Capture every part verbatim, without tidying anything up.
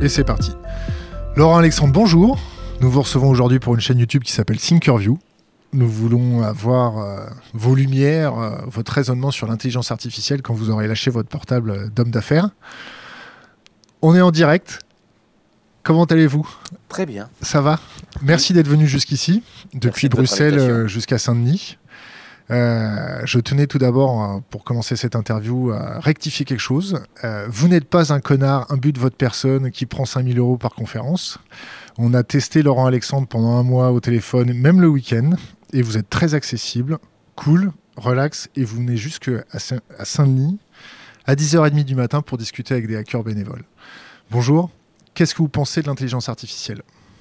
Et c'est parti. Laurent Alexandre, bonjour. Nous vous recevons aujourd'hui pour une chaîne YouTube qui s'appelle Thinkerview. Nous voulons avoir euh, vos lumières, euh, votre raisonnement sur l'intelligence artificielle quand vous aurez lâché votre portable d'homme d'affaires. On est en direct. Comment allez-vous ? Très bien. Ça va ? Merci d'être venu jusqu'ici, depuis de Bruxelles euh, jusqu'à Saint-Denis. Euh, je tenais tout d'abord, euh, pour commencer cette interview, à rectifier quelque chose. Euh, vous n'êtes pas un connard, un but de votre personne qui prend cinq mille euros par conférence. On a testé Laurent Alexandre pendant un mois au téléphone, même le week-end, et vous êtes très accessible, cool, relax, et vous venez jusqu'à Saint-Denis à dix heures trente du matin pour discuter avec des hackers bénévoles. Bonjour, qu'est-ce que vous pensez de l'intelligence artificielle ?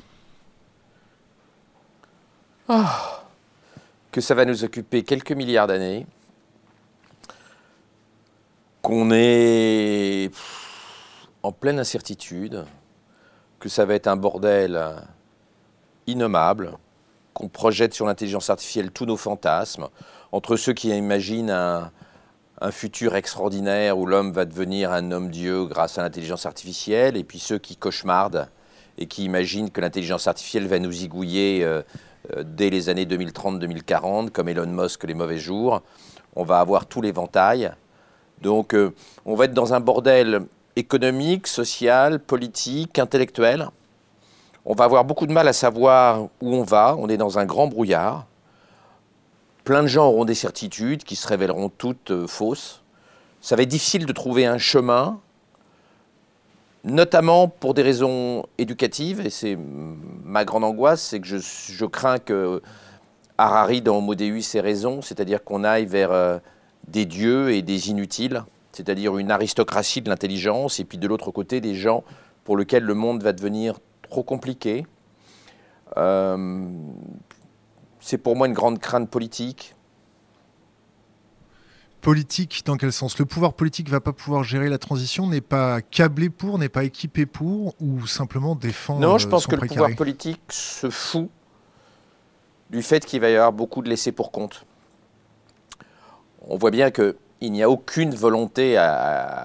Oh. Que ça va nous occuper quelques milliards d'années, qu'on est en pleine incertitude, que ça va être un bordel innommable, qu'on projette sur l'intelligence artificielle tous nos fantasmes, entre ceux qui imaginent un, un futur extraordinaire où l'homme va devenir un homme-dieu grâce à l'intelligence artificielle, et puis ceux qui cauchemardent et qui imaginent que l'intelligence artificielle va nous zigouiller euh, dès les années deux mille trente deux mille quarante, comme Elon Musk les mauvais jours. On va avoir tout l'éventail. Donc euh, on va être dans un bordel économique, social, politique, intellectuel. On va avoir beaucoup de mal à savoir où on va. On est dans un grand brouillard. Plein de gens auront des certitudes qui se révéleront toutes euh, fausses. Ça va être difficile de trouver un chemin, notamment pour des raisons éducatives, et c'est ma grande angoisse, c'est que je, je crains que Harari, dans Homo Deus, ait raison, c'est-à-dire qu'on aille vers euh, des dieux et des inutiles, c'est-à-dire une aristocratie de l'intelligence, et puis de l'autre côté, des gens pour lesquels le monde va devenir trop compliqué. Euh, c'est pour moi une grande crainte politique. Politique, dans quel sens ? Le pouvoir politique ne va pas pouvoir gérer la transition, n'est pas câblé pour, n'est pas équipé pour, ou simplement défend Non, je pense son que le précaré. pouvoir politique se fout du fait qu'il va y avoir beaucoup de laissés pour compte. On voit bien qu'il n'y a aucune volonté à,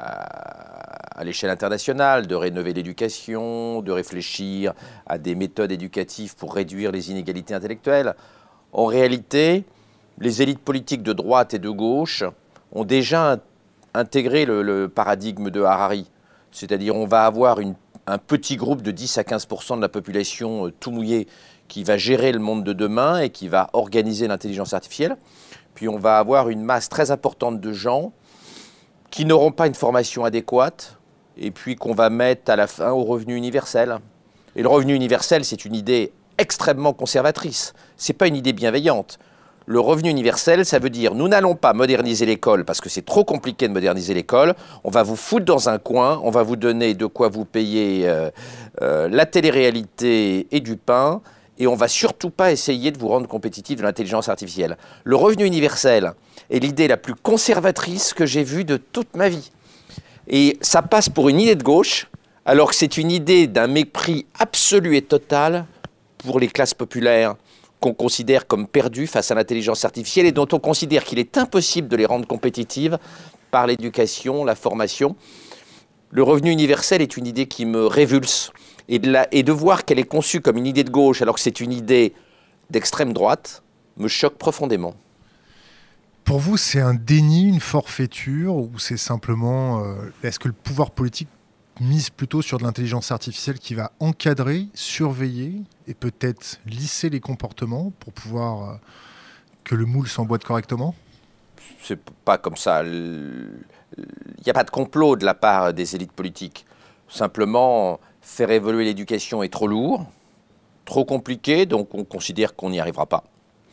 à l'échelle internationale de rénover l'éducation, de réfléchir à des méthodes éducatives pour réduire les inégalités intellectuelles. En réalité, les élites politiques de droite et de gauche ont déjà intégré le, le paradigme de Harari. C'est-à-dire on va avoir une, un petit groupe de dix à quinze pour cent de la population euh, tout mouillé qui va gérer le monde de demain et qui va organiser l'intelligence artificielle. Puis on va avoir une masse très importante de gens qui n'auront pas une formation adéquate et puis qu'on va mettre à la fin au revenu universel. Et le revenu universel, c'est une idée extrêmement conservatrice. Ce n'est pas une idée bienveillante. Le revenu universel, ça veut dire nous n'allons pas moderniser l'école parce que c'est trop compliqué de moderniser l'école. On va vous foutre dans un coin, on va vous donner de quoi vous payer euh, euh, la télé-réalité et du pain, et on va surtout pas essayer de vous rendre compétitif de l'intelligence artificielle. Le revenu universel est l'idée la plus conservatrice que j'ai vue de toute ma vie. Et ça passe pour une idée de gauche, alors que c'est une idée d'un mépris absolu et total pour les classes populaires, qu'on considère comme perdues face à l'intelligence artificielle et dont on considère qu'il est impossible de les rendre compétitives par l'éducation, la formation. Le revenu universel est une idée qui me révulse. Et de, la, et de voir qu'elle est conçue comme une idée de gauche alors que c'est une idée d'extrême droite me choque profondément. Pour vous, c'est un déni, une forfaiture, ou c'est simplement... Euh, est-ce que le pouvoir politique mise plutôt sur de l'intelligence artificielle qui va encadrer, surveiller et peut-être lisser les comportements pour pouvoir euh, que le moule s'emboîte correctement ? C'est pas comme ça. Il n'y a pas de complot de la part des élites politiques. Simplement, faire évoluer l'éducation est trop lourd, trop compliqué, donc on considère qu'on n'y arrivera pas.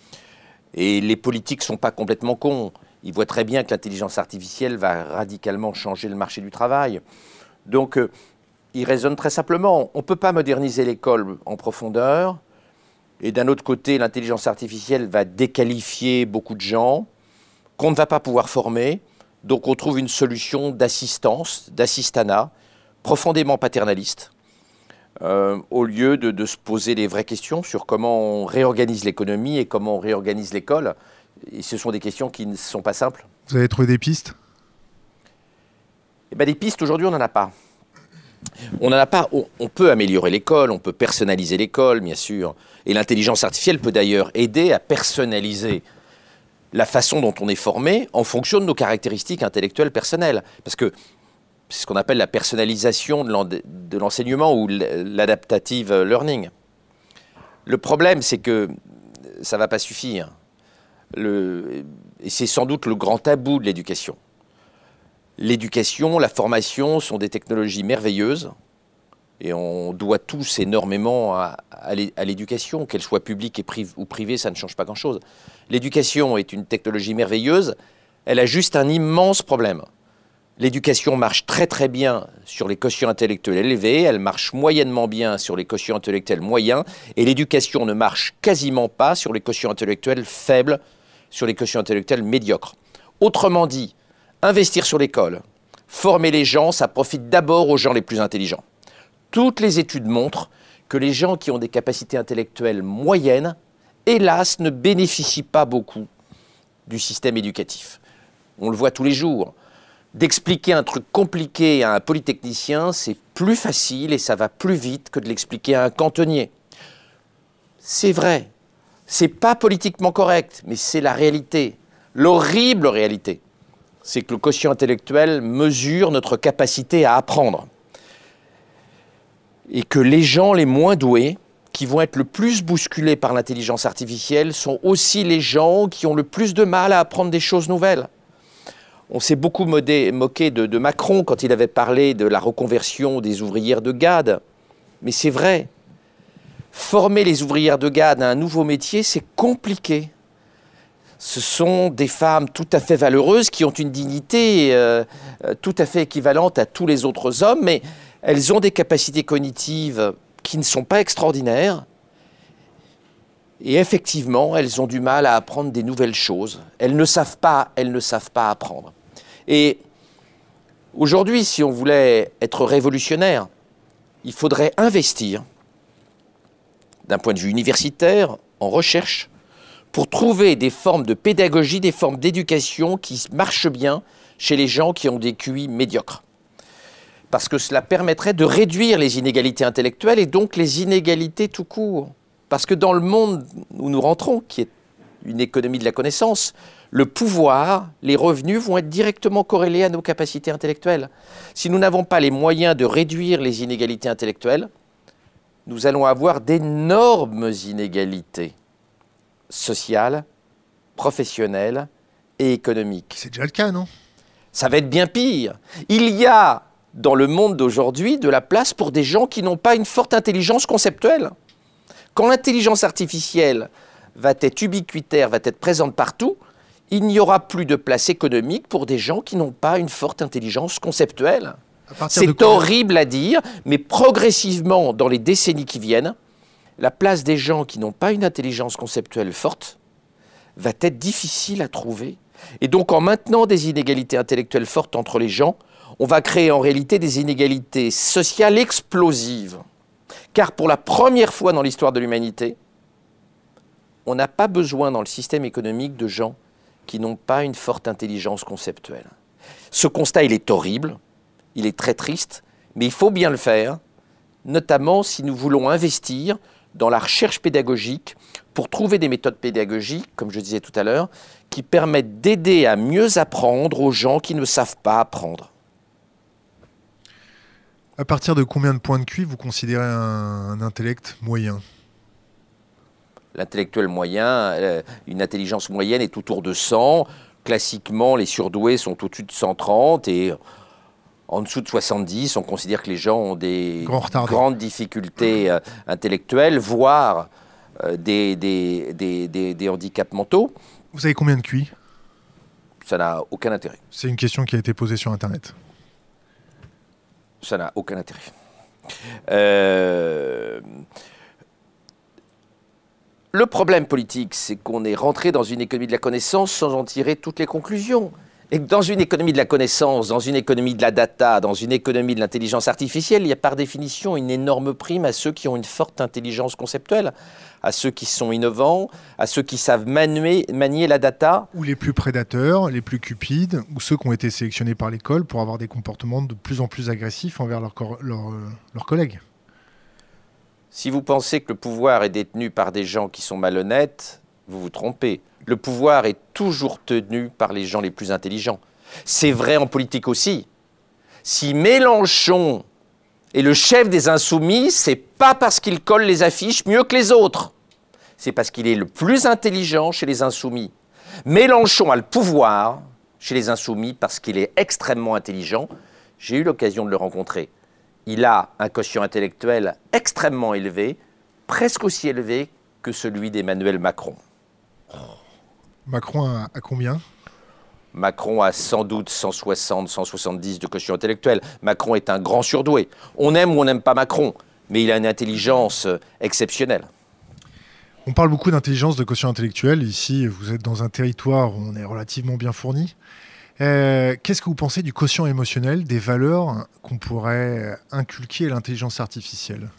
Et les politiques ne sont pas complètement cons. Ils voient très bien que l'intelligence artificielle va radicalement changer le marché du travail. Donc, euh, il raisonne très simplement. On ne peut pas moderniser l'école en profondeur. Et d'un autre côté, l'intelligence artificielle va déqualifier beaucoup de gens qu'on ne va pas pouvoir former. Donc, on trouve une solution d'assistance, d'assistanat, profondément paternaliste, euh, au lieu de, de se poser les vraies questions sur comment on réorganise l'économie et comment on réorganise l'école. Et ce sont des questions qui ne sont pas simples. Vous avez trouvé des pistes ? Eh bien, des pistes, aujourd'hui, on n'en a pas. On n'en a pas. On, on peut améliorer l'école, on peut personnaliser l'école, bien sûr. Et l'intelligence artificielle peut d'ailleurs aider à personnaliser la façon dont on est formé en fonction de nos caractéristiques intellectuelles personnelles. Parce que c'est ce qu'on appelle la personnalisation de l'enseignement ou l'adaptative learning. Le problème, c'est que ça ne va pas suffire. Le, et c'est sans doute le grand tabou de l'éducation. L'éducation, la formation sont des technologies merveilleuses et on doit tous énormément à, à l'éducation, qu'elle soit publique et priv- ou privée, ça ne change pas grand-chose. L'éducation est une technologie merveilleuse, elle a juste un immense problème. L'éducation marche très très bien sur les quotients intellectuels élevés, elle marche moyennement bien sur les quotients intellectuels moyens, et l'éducation ne marche quasiment pas sur les quotients intellectuels faibles, sur les quotients intellectuels médiocres. Autrement dit, investir sur l'école, former les gens, ça profite d'abord aux gens les plus intelligents. Toutes les études montrent que les gens qui ont des capacités intellectuelles moyennes, hélas, ne bénéficient pas beaucoup du système éducatif. On le voit tous les jours. D'expliquer un truc compliqué à un polytechnicien, c'est plus facile et ça va plus vite que de l'expliquer à un cantonnier. C'est vrai. C'est pas politiquement correct, mais c'est la réalité. L'horrible réalité, c'est que le quotient intellectuel mesure notre capacité à apprendre. Et que les gens les moins doués, qui vont être le plus bousculés par l'intelligence artificielle, sont aussi les gens qui ont le plus de mal à apprendre des choses nouvelles. On s'est beaucoup modé, moqué de, de Macron quand il avait parlé de la reconversion des ouvrières de Gade. Mais c'est vrai. Former les ouvrières de Gade à un nouveau métier, c'est compliqué. Ce sont des femmes tout à fait valeureuses qui ont une dignité euh, tout à fait équivalente à tous les autres hommes, mais elles ont des capacités cognitives qui ne sont pas extraordinaires. Et effectivement, elles ont du mal à apprendre des nouvelles choses. Elles ne savent pas, elles ne savent pas apprendre. Et aujourd'hui, si on voulait être révolutionnaire, il faudrait investir, d'un point de vue universitaire, en recherche, pour trouver des formes de pédagogie, des formes d'éducation qui marchent bien chez les gens qui ont des Q I médiocres. Parce que cela permettrait de réduire les inégalités intellectuelles et donc les inégalités tout court. Parce que dans le monde où nous rentrons, qui est une économie de la connaissance, le pouvoir, les revenus vont être directement corrélés à nos capacités intellectuelles. Si nous n'avons pas les moyens de réduire les inégalités intellectuelles, nous allons avoir d'énormes inégalités sociales, professionnelles et économiques. C'est déjà le cas, non? Ça va être bien pire. Il y a, dans le monde d'aujourd'hui, de la place pour des gens qui n'ont pas une forte intelligence conceptuelle. Quand l'intelligence artificielle va être ubiquitaire, va être présente partout, il n'y aura plus de place économique pour des gens qui n'ont pas une forte intelligence conceptuelle. C'est horrible à dire, mais progressivement, dans les décennies qui viennent, la place des gens qui n'ont pas une intelligence conceptuelle forte va être difficile à trouver. Et donc, en maintenant des inégalités intellectuelles fortes entre les gens, on va créer en réalité des inégalités sociales explosives. Car pour la première fois dans l'histoire de l'humanité, on n'a pas besoin dans le système économique de gens qui n'ont pas une forte intelligence conceptuelle. Ce constat, il est horrible, il est très triste, mais il faut bien le faire, notamment si nous voulons investir dans la recherche pédagogique pour trouver des méthodes pédagogiques, comme je disais tout à l'heure, qui permettent d'aider à mieux apprendre aux gens qui ne savent pas apprendre. À partir de combien de points de Q I vous considérez un, un intellect moyen? L'intellectuel moyen, euh, une intelligence moyenne est autour de cent. Classiquement, les surdoués sont au-dessus de cent trente et en dessous de soixante-dix, on considère que les gens ont des grandes difficultés euh, intellectuelles, voire euh, des, des, des, des, des handicaps mentaux. Vous savez combien de Q I? Ça n'a aucun intérêt. C'est une question qui a été posée sur Internet. Ça n'a aucun intérêt. Euh... Le problème politique, c'est qu'on est rentré dans une économie de la connaissance sans en tirer toutes les conclusions. Et que dans une économie de la connaissance, dans une économie de la data, dans une économie de l'intelligence artificielle, il y a par définition une énorme prime à ceux qui ont une forte intelligence conceptuelle, à ceux qui sont innovants, à ceux qui savent manuer, manier la data. Ou les plus prédateurs, les plus cupides, ou ceux qui ont été sélectionnés par l'école pour avoir des comportements de plus en plus agressifs envers leurs leur, leur collègues. Si vous pensez que le pouvoir est détenu par des gens qui sont malhonnêtes, vous vous trompez. Le pouvoir est toujours tenu par les gens les plus intelligents. C'est vrai en politique aussi. Si Mélenchon est le chef des Insoumis, c'est pas parce qu'il colle les affiches mieux que les autres. C'est parce qu'il est le plus intelligent chez les Insoumis. Mélenchon a le pouvoir chez les Insoumis parce qu'il est extrêmement intelligent. J'ai eu l'occasion de le rencontrer. Il a un quotient intellectuel extrêmement élevé, presque aussi élevé que celui d'Emmanuel Macron. Macron a, a combien? Macron a sans doute cent soixante, cent soixante-dix de quotient intellectuel. Macron est un grand surdoué. On aime ou on n'aime pas Macron, mais il a une intelligence exceptionnelle. On parle beaucoup d'intelligence, de quotient intellectuel. Ici, vous êtes dans un territoire où on est relativement bien fourni. Euh, Qu'est-ce que vous pensez du quotient émotionnel, des valeurs qu'on pourrait inculquer à l'intelligence artificielle?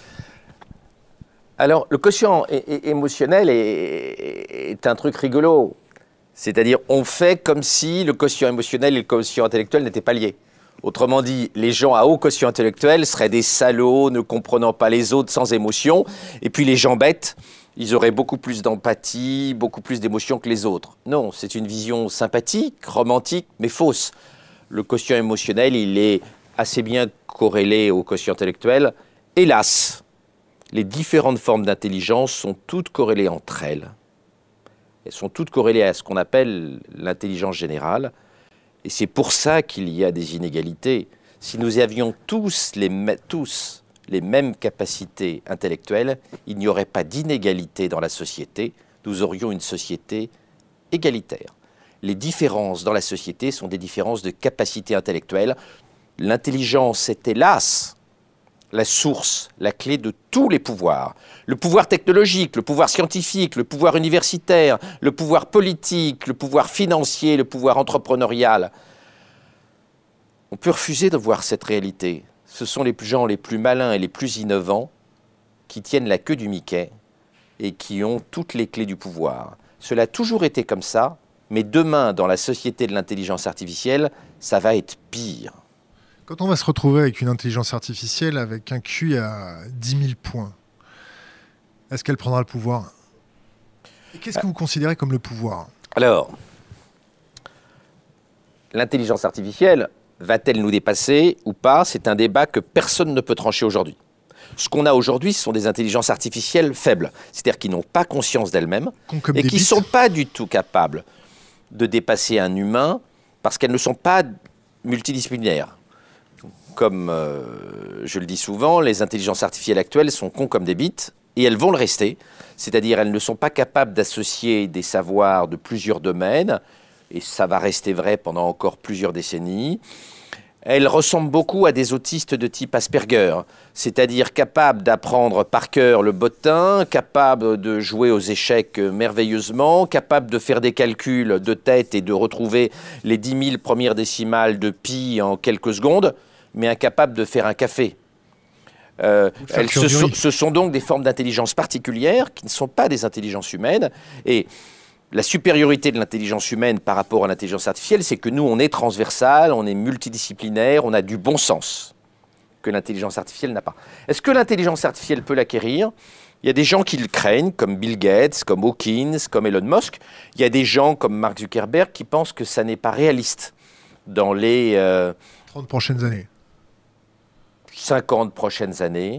Alors, le quotient é é émotionnel est, est un truc rigolo. C'est-à-dire, on fait comme si le quotient émotionnel et le quotient intellectuel n'étaient pas liés. Autrement dit, les gens à haut quotient intellectuel seraient des salauds, ne comprenant pas les autres, sans émotion. Et puis les gens bêtes, ils auraient beaucoup plus d'empathie, beaucoup plus d'émotion que les autres. Non, c'est une vision sympathique, romantique, mais fausse. Le quotient émotionnel, il est assez bien corrélé au quotient intellectuel. Hélas, les différentes formes d'intelligence sont toutes corrélées entre elles. Elles sont toutes corrélées à ce qu'on appelle l'intelligence générale. Et c'est pour ça qu'il y a des inégalités. Si nous avions tous les, tous les mêmes capacités intellectuelles, il n'y aurait pas d'inégalité dans la société. Nous aurions une société égalitaire. Les différences dans la société sont des différences de capacité intellectuelle. L'intelligence est hélas la source, la clé de tous les pouvoirs. Le pouvoir technologique, le pouvoir scientifique, le pouvoir universitaire, le pouvoir politique, le pouvoir financier, le pouvoir entrepreneurial. On peut refuser de voir cette réalité. Ce sont les gens les plus malins et les plus innovants qui tiennent la queue du Mickey et qui ont toutes les clés du pouvoir. Cela a toujours été comme ça, mais demain, dans la société de l'intelligence artificielle, ça va être pire. Quand on va se retrouver avec une intelligence artificielle avec un Q I à dix mille points, est-ce qu'elle prendra le pouvoir? Et qu'est-ce que vous considérez comme le pouvoir? Alors, l'intelligence artificielle, va-t-elle nous dépasser ou pas? C'est un débat que personne ne peut trancher aujourd'hui. Ce qu'on a aujourd'hui, ce sont des intelligences artificielles faibles, c'est-à-dire qui n'ont pas conscience d'elles-mêmes et qui ne sont pas du tout capables de dépasser un humain parce qu'elles ne sont pas multidisciplinaires. Comme euh, je le dis souvent, les intelligences artificielles actuelles sont cons comme des bites et elles vont le rester. C'est-à-dire elles ne sont pas capables d'associer des savoirs de plusieurs domaines et ça va rester vrai pendant encore plusieurs décennies. Elles ressemblent beaucoup à des autistes de type Asperger, c'est-à-dire capables d'apprendre par cœur le bottin, capables de jouer aux échecs merveilleusement, capables de faire des calculs de tête et de retrouver les dix mille premières décimales de pi en quelques secondes, mais incapables de faire un café. Euh, elles, ce, sont, ce sont donc des formes d'intelligence particulières qui ne sont pas des intelligences humaines. Et la supériorité de l'intelligence humaine par rapport à l'intelligence artificielle, c'est que nous, on est transversal, on est multidisciplinaire, on a du bon sens que l'intelligence artificielle n'a pas. Est-ce que l'intelligence artificielle peut l'acquérir? Il y a des gens qui le craignent, comme Bill Gates, comme Hawkins, comme Elon Musk. Il y a des gens comme Mark Zuckerberg qui pensent que ça n'est pas réaliste dans les euh, trente prochaines années. cinquante prochaines années.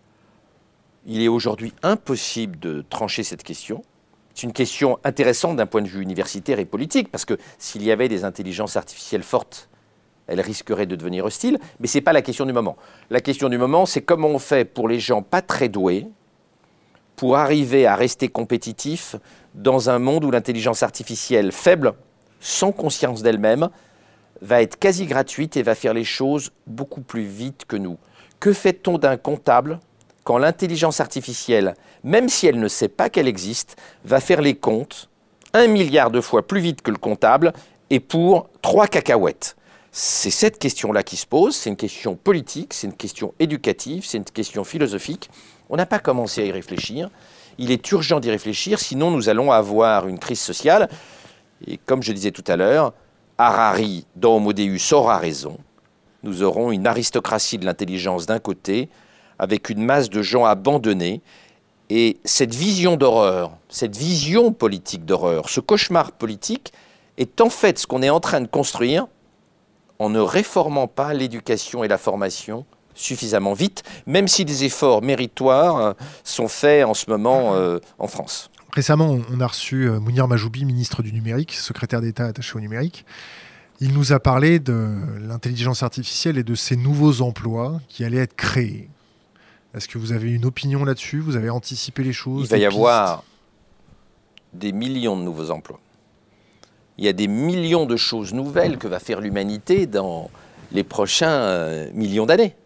Il est aujourd'hui impossible de trancher cette question. C'est une question intéressante d'un point de vue universitaire et politique, parce que s'il y avait des intelligences artificielles fortes, elles risqueraient de devenir hostiles, mais ce n'est pas la question du moment. La question du moment, c'est comment on fait pour les gens pas très doués pour arriver à rester compétitifs dans un monde où l'intelligence artificielle faible, sans conscience d'elle-même, va être quasi gratuite et va faire les choses beaucoup plus vite que nous. Que fait-on d'un comptable quand l'intelligence artificielle, même si elle ne sait pas qu'elle existe, va faire les comptes un milliard de fois plus vite que le comptable et pour trois cacahuètes. C'est cette question-là qui se pose, c'est une question politique, c'est une question éducative, c'est une question philosophique. On n'a pas commencé à y réfléchir. Il est urgent d'y réfléchir, sinon nous allons avoir une crise sociale. Et comme je disais tout à l'heure, Harari, dans Homo Deus, aura raison. Nous aurons une aristocratie de l'intelligence d'un côté, avec une masse de gens abandonnés. Et cette vision d'horreur, cette vision politique d'horreur, ce cauchemar politique est en fait ce qu'on est en train de construire en ne réformant pas l'éducation et la formation suffisamment vite, même si des efforts méritoires sont faits en ce moment euh, en France. Récemment, on a reçu Mounir Majoubi, ministre du numérique, secrétaire d'État attaché au numérique. Il nous a parlé de l'intelligence artificielle et de ces nouveaux emplois qui allaient être créés. Est-ce que vous avez une opinion là-dessus? Vous avez anticipé les choses? Il va y avoir des millions de nouveaux emplois. Il y a des millions de choses nouvelles que va faire l'humanité dans les prochains euh, millions d'années.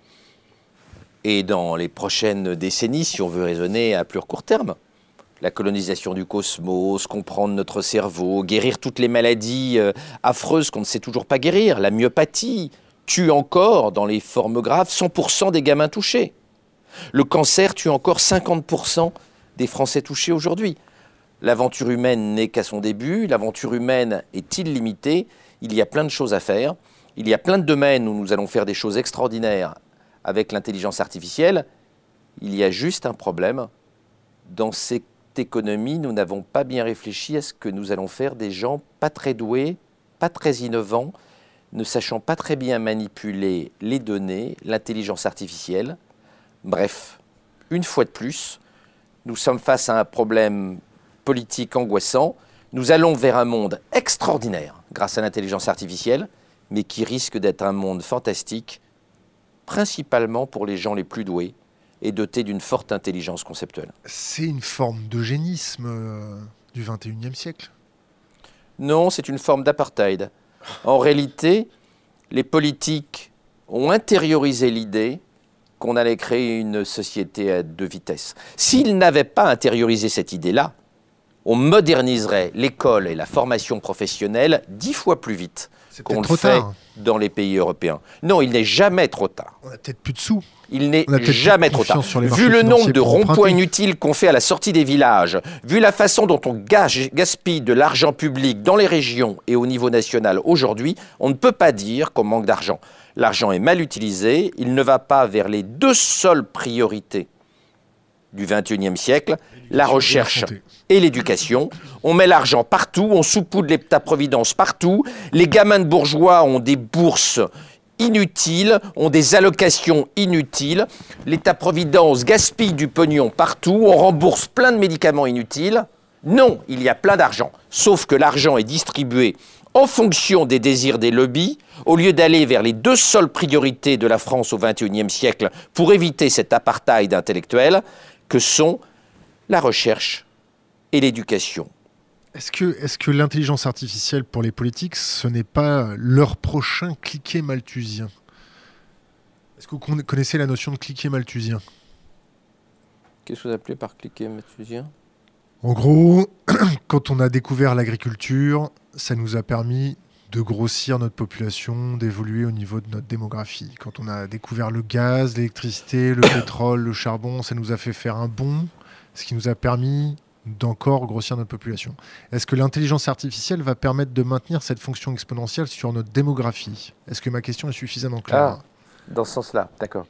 Et dans les prochaines décennies, si on veut raisonner à plus court terme. La colonisation du cosmos, comprendre notre cerveau, guérir toutes les maladies euh, affreuses qu'on ne sait toujours pas guérir. La myopathie tue encore, dans les formes graves, cent pour cent des gamins touchés. Le cancer tue encore cinquante pour cent des Français touchés aujourd'hui. L'aventure humaine n'est qu'à son début, l'aventure humaine est illimitée, il y a plein de choses à faire, il y a plein de domaines où nous allons faire des choses extraordinaires avec l'intelligence artificielle. Il y a juste un problème. Dans cette économie, nous n'avons pas bien réfléchi à ce que nous allons faire des gens pas très doués, pas très innovants, ne sachant pas très bien manipuler les données, l'intelligence artificielle. Bref, une fois de plus, nous sommes face à un problème politique angoissant. Nous allons vers un monde extraordinaire grâce à l'intelligence artificielle, mais qui risque d'être un monde fantastique, principalement pour les gens les plus doués et dotés d'une forte intelligence conceptuelle. C'est une forme d'eugénisme euh, du vingt et unième siècle? Non, c'est une forme d'apartheid. En réalité, les politiques ont intériorisé l'idée qu'on allait créer une société à deux vitesses. S'ils n'avaient pas intériorisé cette idée-là, on moderniserait l'école et la formation professionnelle dix fois plus vite qu'on le fait tard. Dans les pays européens. Non, il n'est jamais trop tard. On n'a peut-être plus de sous. Il n'est jamais trop tard. Vu le nombre de ronds-points inutiles qu'on fait à la sortie des villages, vu la façon dont on gaspille de l'argent public dans les régions et au niveau national aujourd'hui, on ne peut pas dire qu'on manque d'argent. L'argent est mal utilisé, il ne va pas vers les deux seules priorités du vingt et unième siècle, la recherche et l'éducation. On met l'argent partout, on saupoudre l'État-providence partout, les gamins de bourgeois ont des bourses inutiles, ont des allocations inutiles, l'État-providence gaspille du pognon partout, on rembourse plein de médicaments inutiles. Non, il y a plein d'argent, sauf que l'argent est distribué en fonction des désirs des lobbies, au lieu d'aller vers les deux seules priorités de la France au vingt et unième siècle pour éviter cet apartheid intellectuel, que sont la recherche et l'éducation. Est-ce que, est-ce que l'intelligence artificielle pour les politiques, ce n'est pas leur prochain cliquet malthusien? Est-ce que vous connaissez la notion de cliquet malthusien? Qu'est-ce que vous appelez par cliquet malthusien? En gros, quand on a découvert l'agriculture, ça nous a permis de grossir notre population, d'évoluer au niveau de notre démographie. Quand on a découvert le gaz, l'électricité, le pétrole, le charbon, ça nous a fait faire un bond, ce qui nous a permis d'encore grossir notre population. Est-ce que l'intelligence artificielle va permettre de maintenir cette fonction exponentielle sur notre démographie? Est-ce que ma question est suffisamment claire? Ah, dans ce sens-là, d'accord.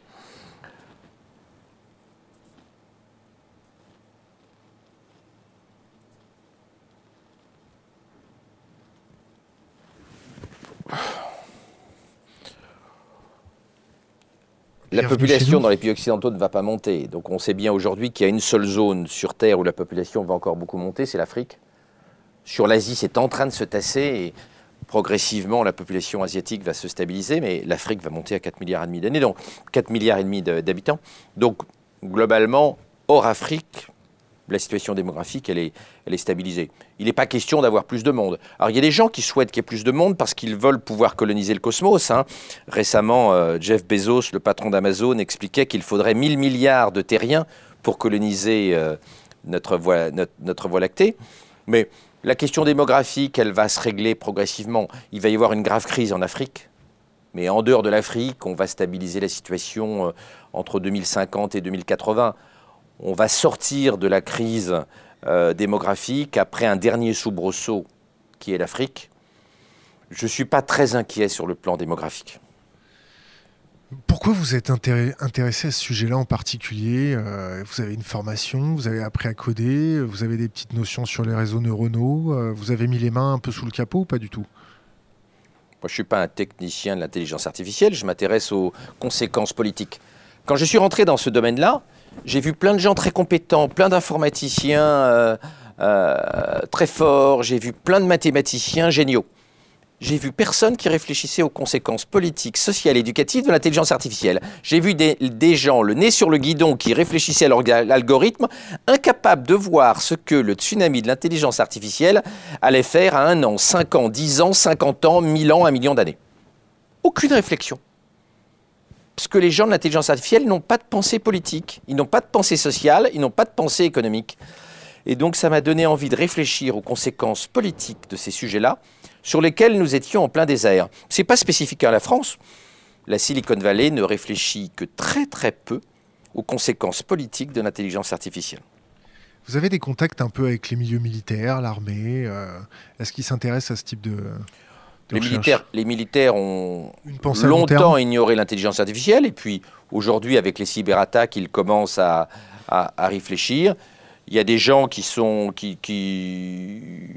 La population dans les pays occidentaux ne va pas monter. Donc on sait bien aujourd'hui qu'il y a une seule zone sur Terre où la population va encore beaucoup monter, c'est l'Afrique. Sur l'Asie, c'est en train de se tasser et progressivement la population asiatique va se stabiliser, mais l'Afrique va monter à quatre milliards et demi d'années, donc quatre milliards et demi d'habitants. Donc globalement, hors Afrique, la situation démographique, elle est, elle est stabilisée. Il n'est pas question d'avoir plus de monde. Alors, il y a des gens qui souhaitent qu'il y ait plus de monde parce qu'ils veulent pouvoir coloniser le cosmos. Hein. Récemment, euh, Jeff Bezos, le patron d'Amazon, expliquait qu'il faudrait mille milliards de terriens pour coloniser euh, notre, voie, notre, notre voie lactée. Mais La question démographique, elle va se régler progressivement. Il va y avoir une grave crise en Afrique. Mais en dehors de l'Afrique, on va stabiliser la situation euh, entre deux mille cinquante et deux mille quatre-vingts. On va sortir de la crise euh, démographique après un dernier soubresaut qui est l'Afrique. Je ne suis pas très inquiet sur le plan démographique. Pourquoi vous êtes intéressé à ce sujet-là en particulier? euh, Vous avez une formation, vous avez appris à coder, vous avez des petites notions sur les réseaux neuronaux, euh, vous avez mis les mains un peu sous le capot ou pas du tout? Moi, je ne suis pas un technicien de l'intelligence artificielle, je m'intéresse aux conséquences politiques. Quand je suis rentré dans ce domaine-là, j'ai vu plein de gens très compétents, plein d'informaticiens euh, euh, très forts, j'ai vu plein de mathématiciens géniaux. J'ai vu personne qui réfléchissait aux conséquences politiques, sociales, éducatives de l'intelligence artificielle. J'ai vu des, des gens, le nez sur le guidon, qui réfléchissaient à l'algorithme, incapables de voir ce que le tsunami de l'intelligence artificielle allait faire à un an, cinq ans, dix ans, cinquante ans, mille ans, un million d'années. Aucune réflexion. Parce que les gens de l'intelligence artificielle n'ont pas de pensée politique, ils n'ont pas de pensée sociale, ils n'ont pas de pensée économique. Et donc ça m'a donné envie de réfléchir aux conséquences politiques de ces sujets-là, sur lesquels nous étions en plein désert. Ce n'est pas spécifique à la France. La Silicon Valley ne réfléchit que très très peu aux conséquences politiques de l'intelligence artificielle. Vous avez des contacts un peu avec les milieux militaires, l'armée euh, Est-ce qu'ils s'intéressent à ce type de, de les militaires, les militaires ont Une longtemps ignoré l'intelligence artificielle, et puis aujourd'hui, avec les cyberattaques, ils commencent à, à, à réfléchir. Il y a des gens qui sont, qui, qui,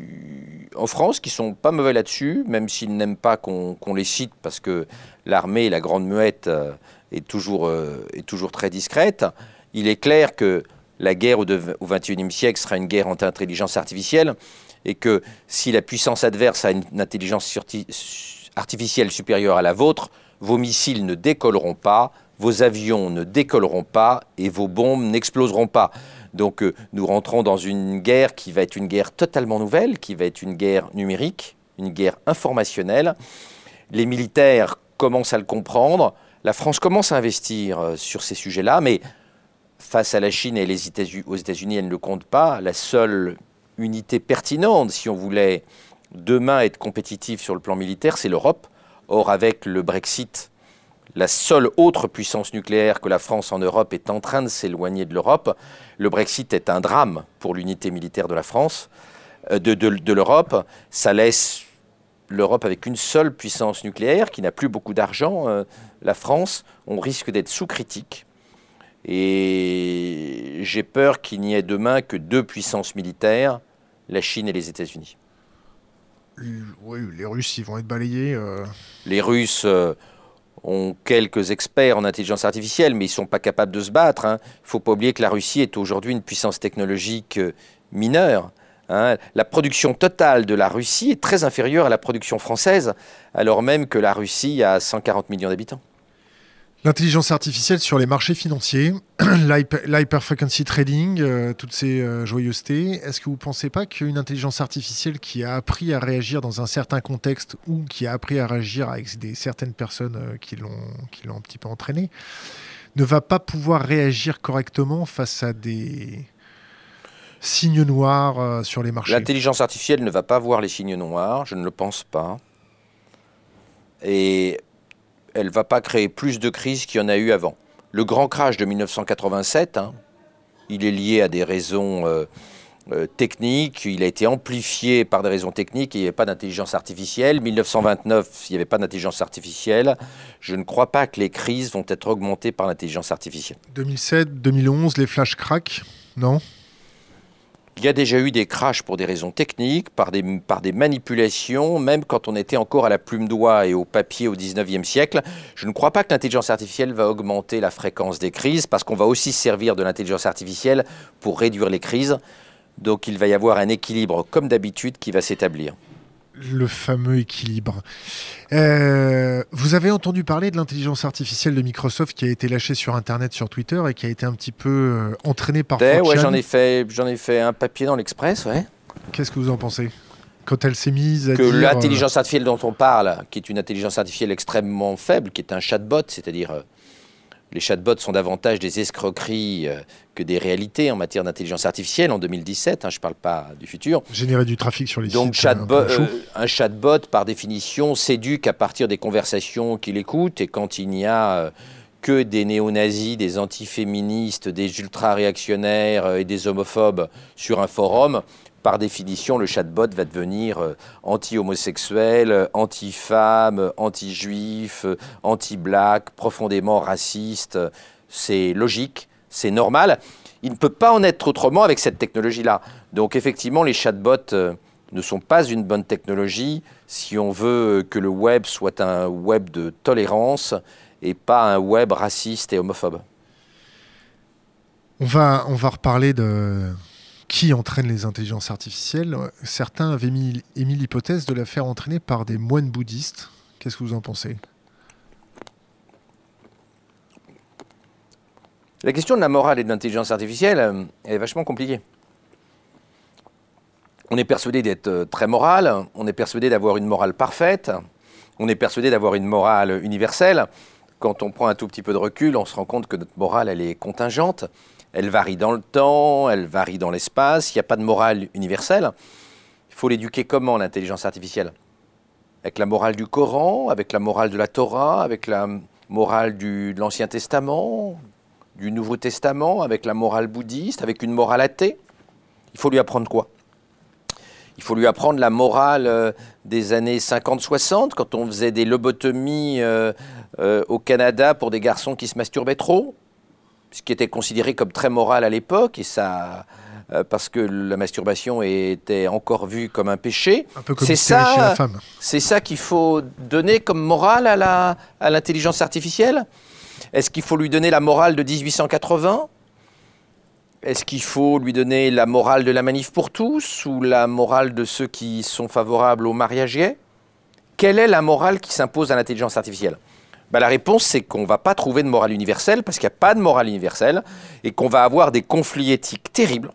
en France, qui sont pas mauvais là-dessus, même s'ils n'aiment pas qu'on qu'on les cite, parce que l'armée, la grande muette, euh, est, toujours, euh, est toujours très discrète. Il est clair que la guerre au, au vingt et unième siècle sera une guerre entre intelligence artificielle, et que si la puissance adverse a une intelligence artificielle supérieure à la vôtre, vos missiles ne décolleront pas, vos avions ne décolleront pas, et vos bombes n'exploseront pas. Donc euh, nous rentrons dans une guerre qui va être une guerre totalement nouvelle, qui va être une guerre numérique, une guerre informationnelle. Les militaires commencent à le comprendre. La France commence à investir euh, sur ces sujets-là, mais face à la Chine et les États-Unis, aux États-Unis, elle ne le compte pas. La seule unité pertinente, si on voulait demain être compétitif sur le plan militaire, c'est l'Europe. Or, avec le Brexit, la seule autre puissance nucléaire que la France en Europe est en train de s'éloigner de l'Europe. Le Brexit est un drame pour l'unité militaire de la France, de, de, de l'Europe. Ça laisse l'Europe avec une seule puissance nucléaire qui n'a plus beaucoup d'argent. Euh, la France, on risque d'être sous critique. Et j'ai peur qu'il n'y ait demain que deux puissances militaires, la Chine et les États-Unis. Oui, les Russes, ils vont être balayés. Euh... Les Russes... Euh, ont quelques experts en intelligence artificielle, mais ils ne sont pas capables de se battre. Hein. Il ne faut pas oublier que la Russie est aujourd'hui une puissance technologique mineure. Hein. La production totale de la Russie est très inférieure à la production française, alors même que la Russie a cent quarante millions d'habitants. L'intelligence artificielle sur les marchés financiers, l'hyper-frequency trading, euh, toutes ces euh, joyeusetés, est-ce que vous ne pensez pas qu'une intelligence artificielle qui a appris à réagir dans un certain contexte ou qui a appris à réagir avec des, certaines personnes euh, qui l'ont qui l'ont un petit peu entraîné, ne va pas pouvoir réagir correctement face à des signes noirs euh, sur les marchés? L'intelligence artificielle ne va pas voir les signes noirs, je ne le pense pas. Et... elle ne va pas créer plus de crises qu'il y en a eu avant. Le grand crash de mille neuf cent quatre-vingt-sept, hein, il est lié à des raisons euh, euh, techniques, il a été amplifié par des raisons techniques, il n'y avait pas d'intelligence artificielle. mille neuf cent vingt-neuf, il n'y avait pas d'intelligence artificielle. Je ne crois pas que les crises vont être augmentées par l'intelligence artificielle. deux mille sept, deux mille onze, les flash cracks, non ? Il y a déjà eu des crashs pour des raisons techniques, par des, par des manipulations, même quand on était encore à la plume d'oie et au papier au dix-neuvième siècle. Je ne crois pas que l'intelligence artificielle va augmenter la fréquence des crises, parce qu'on va aussi se servir de l'intelligence artificielle pour réduire les crises. Donc il va y avoir un équilibre, comme d'habitude, qui va s'établir. Le fameux équilibre. Euh, vous avez entendu parler de l'intelligence artificielle de Microsoft qui a été lâchée sur Internet, sur Twitter, et qui a été un petit peu euh, entraînée par ouais, four chan. Ouais, j'en ai fait, j'en ai fait un papier dans l'Express, ouais. Qu'est-ce que vous en pensez ? Quand elle s'est mise à que dire... Que l'intelligence artificielle dont on parle, qui est une intelligence artificielle extrêmement faible, qui est un chatbot, c'est-à-dire euh, les chatbots sont davantage des escroqueries euh, que des réalités en matière d'intelligence artificielle en deux mille dix-sept, hein, je ne parle pas du futur. Générer du trafic sur les Donc, sites. chatbot, un, euh, un chatbot, par définition, s'éduque à partir des conversations qu'il écoute, et quand il n'y a euh, que des néo-nazis, des antiféministes, des ultra-réactionnaires euh, et des homophobes sur un forum, par définition, le chatbot va devenir euh, anti-homosexuel, euh, anti-femme, euh, anti-juif, euh, anti-black, profondément raciste. C'est logique, c'est normal. Il ne peut pas en être autrement avec cette technologie-là. Donc effectivement, les chatbots euh, ne sont pas une bonne technologie si on veut que le web soit un web de tolérance et pas un web raciste et homophobe. On va, on va reparler de qui entraîne les intelligences artificielles. Certains avaient mis, émis l'hypothèse de la faire entraîner par des moines bouddhistes. Qu'est-ce que vous en pensez ? La question de la morale et de l'intelligence artificielle euh, est vachement compliquée. On est persuadé d'être très moral, on est persuadé d'avoir une morale parfaite, on est persuadé d'avoir une morale universelle. Quand on prend un tout petit peu de recul, on se rend compte que notre morale, elle est contingente. Elle varie dans le temps, elle varie dans l'espace. Il n'y a pas de morale universelle. Il faut l'éduquer comment, l'intelligence artificielle ? Avec la morale du Coran, avec la morale de la Torah, avec la morale du, de l'Ancien Testament, du Nouveau Testament, avec la morale bouddhiste, avec une morale athée. Il faut lui apprendre quoi ? Il faut lui apprendre la morale euh, des années cinquante soixante, quand on faisait des lobotomies euh, euh, au Canada pour des garçons qui se masturbaient trop, ce qui était considéré comme très moral à l'époque, et ça, euh, parce que la masturbation était encore vue comme un péché. Un peu comme c'est ça, chez la femme. C'est ça qu'il faut donner comme morale à la, à l'intelligence artificielle ? Est-ce qu'il faut lui donner la morale de dix-huit cent quatre-vingts ? Est-ce qu'il faut lui donner la morale de la manif pour tous ou la morale de ceux qui sont favorables au mariage gay ? Quelle est la morale qui s'impose à l'intelligence artificielle ? Ben, la réponse, c'est qu'on ne va pas trouver de morale universelle parce qu'il n'y a pas de morale universelle et qu'on va avoir des conflits éthiques terribles,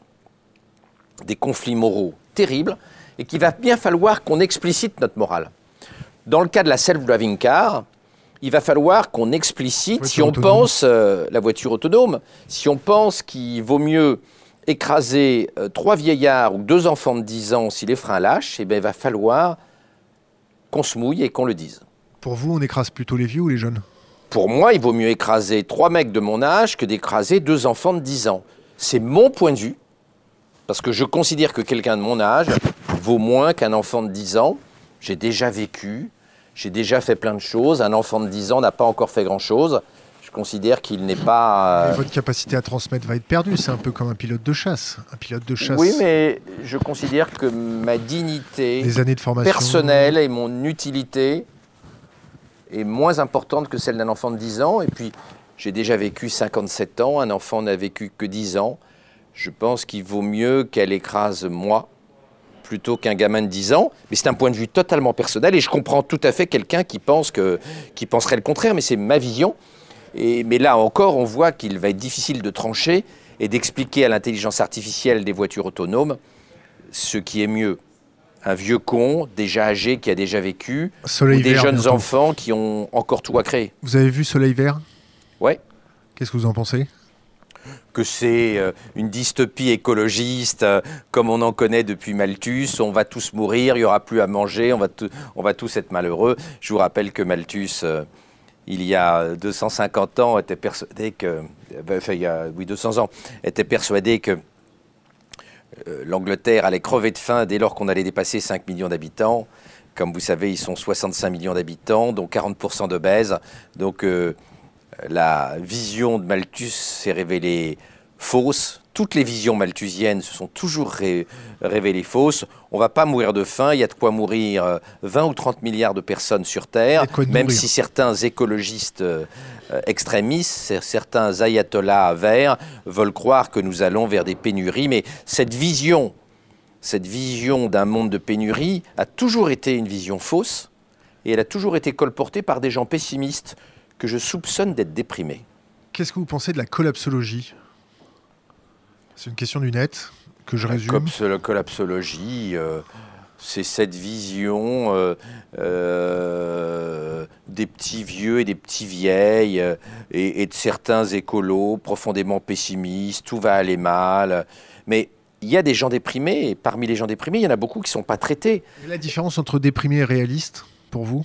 des conflits moraux terribles, et qu'il va bien falloir qu'on explicite notre morale. Dans le cas de la self-driving car, il va falloir qu'on explicite, si on autonome. pense, euh, la voiture autonome, si on pense qu'il vaut mieux écraser euh, trois vieillards ou deux enfants de dix ans si les freins lâchent, eh bien, il va falloir qu'on se mouille et qu'on le dise. Pour vous, on écrase plutôt les vieux ou les jeunes ? Pour moi, il vaut mieux écraser trois mecs de mon âge que d'écraser deux enfants de dix ans. C'est mon point de vue, parce que je considère que quelqu'un de mon âge vaut moins qu'un enfant de dix ans. J'ai déjà vécu, j'ai déjà fait plein de choses. Un enfant de dix ans n'a pas encore fait grand-chose. Je considère qu'il n'est pas... Mais votre capacité à transmettre va être perdue. C'est un peu comme un pilote de chasse. Un pilote de chasse... Oui, mais je considère que ma dignité les années de formation personnelle et mon utilité est moins importante que celle d'un enfant de dix ans. Et puis, j'ai déjà vécu cinquante-sept ans. Un enfant n'a vécu que dix ans. Je pense qu'il vaut mieux qu'elle écrase moi plutôt qu'un gamin de dix ans. Mais c'est un point de vue totalement personnel. Et je comprends tout à fait quelqu'un qui pense que, qui penserait le contraire. Mais c'est ma vision. Et, mais là encore, on voit qu'il va être difficile de trancher et d'expliquer à l'intelligence artificielle des voitures autonomes ce qui est mieux. Un vieux con, déjà âgé, qui a déjà vécu, Soleil ou des vert, jeunes bientôt. enfants qui ont encore tout à créer. Vous avez vu Soleil vert ? Ouais. Qu'est-ce que vous en pensez ? Que c'est euh, une dystopie écologiste, euh, comme on en connaît depuis Malthus. On va tous mourir, il n'y aura plus à manger, on va, on va tous être malheureux. Je vous rappelle que Malthus, euh, il y a deux cent cinquante ans, était persuadé que... Enfin, il y a, oui, deux cents ans, était persuadé que euh, l'Angleterre allait crever de faim dès lors qu'on allait dépasser cinq millions d'habitants. Comme vous savez, ils sont soixante-cinq millions d'habitants, dont quarante pour cent d'obèses. Donc, euh, la vision de Malthus s'est révélée fausse. Toutes les visions malthusiennes se sont toujours ré révélées fausses. On ne va pas mourir de faim. Il y a de quoi mourir vingt ou trente milliards de personnes sur Terre, même si certains écologistes euh, extrémistes, certains ayatollahs verts veulent croire que nous allons vers des pénuries. Mais cette vision, cette vision d'un monde de pénurie a toujours été une vision fausse et elle a toujours été colportée par des gens pessimistes que je soupçonne d'être déprimés. Qu'est-ce que vous pensez de la collapsologie ? C'est une question du net que je résume. La collapsologie, euh, c'est cette vision euh, euh, des petits vieux et des petits vieilles euh, et, et de certains écolos profondément pessimistes, tout va aller mal. Mais il y a des gens déprimés, et parmi les gens déprimés, il y en a beaucoup qui ne sont pas traités. Et la différence entre déprimé et réaliste, pour vous?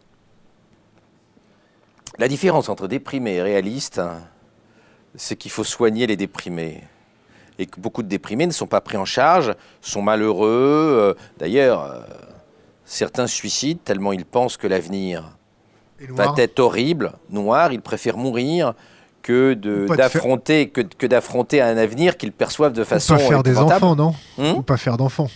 La différence entre déprimé et réaliste, c'est qu'il faut soigner les déprimés. Et que beaucoup de déprimés ne sont pas pris en charge, sont malheureux. D'ailleurs, euh, certains se suicident tellement ils pensent que l'avenir va être horrible, noir. Ils préfèrent mourir que d'affronter que, que d'affronter un avenir qu'ils perçoivent de façon épouvantable. Ou pas faire des enfants, non hum Ou pas faire d'enfants.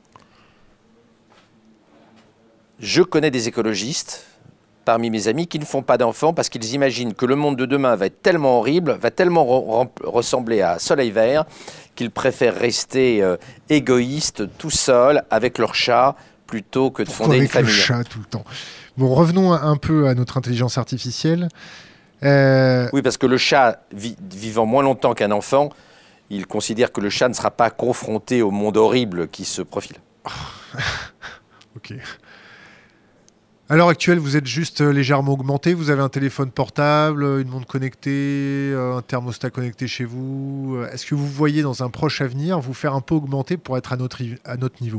Je connais des écologistes parmi mes amis qui ne font pas d'enfants parce qu'ils imaginent que le monde de demain va être tellement horrible, va tellement re ressembler à Soleil Vert, qu'ils préfèrent rester euh, égoïstes, tout seuls, avec leur chat, plutôt que de Pourquoi fonder avec une famille. Le chat tout le temps. Bon, revenons un peu à notre intelligence artificielle. Euh... Oui, parce que le chat, vi vivant moins longtemps qu'un enfant, il considère que le chat ne sera pas confronté au monde horrible qui se profile. Ok. À l'heure actuelle, vous êtes juste légèrement augmenté. Vous avez un téléphone portable, une montre connectée, un thermostat connecté chez vous. Est-ce que vous voyez dans un proche avenir vous faire un peu augmenter pour être à notre, à notre niveau?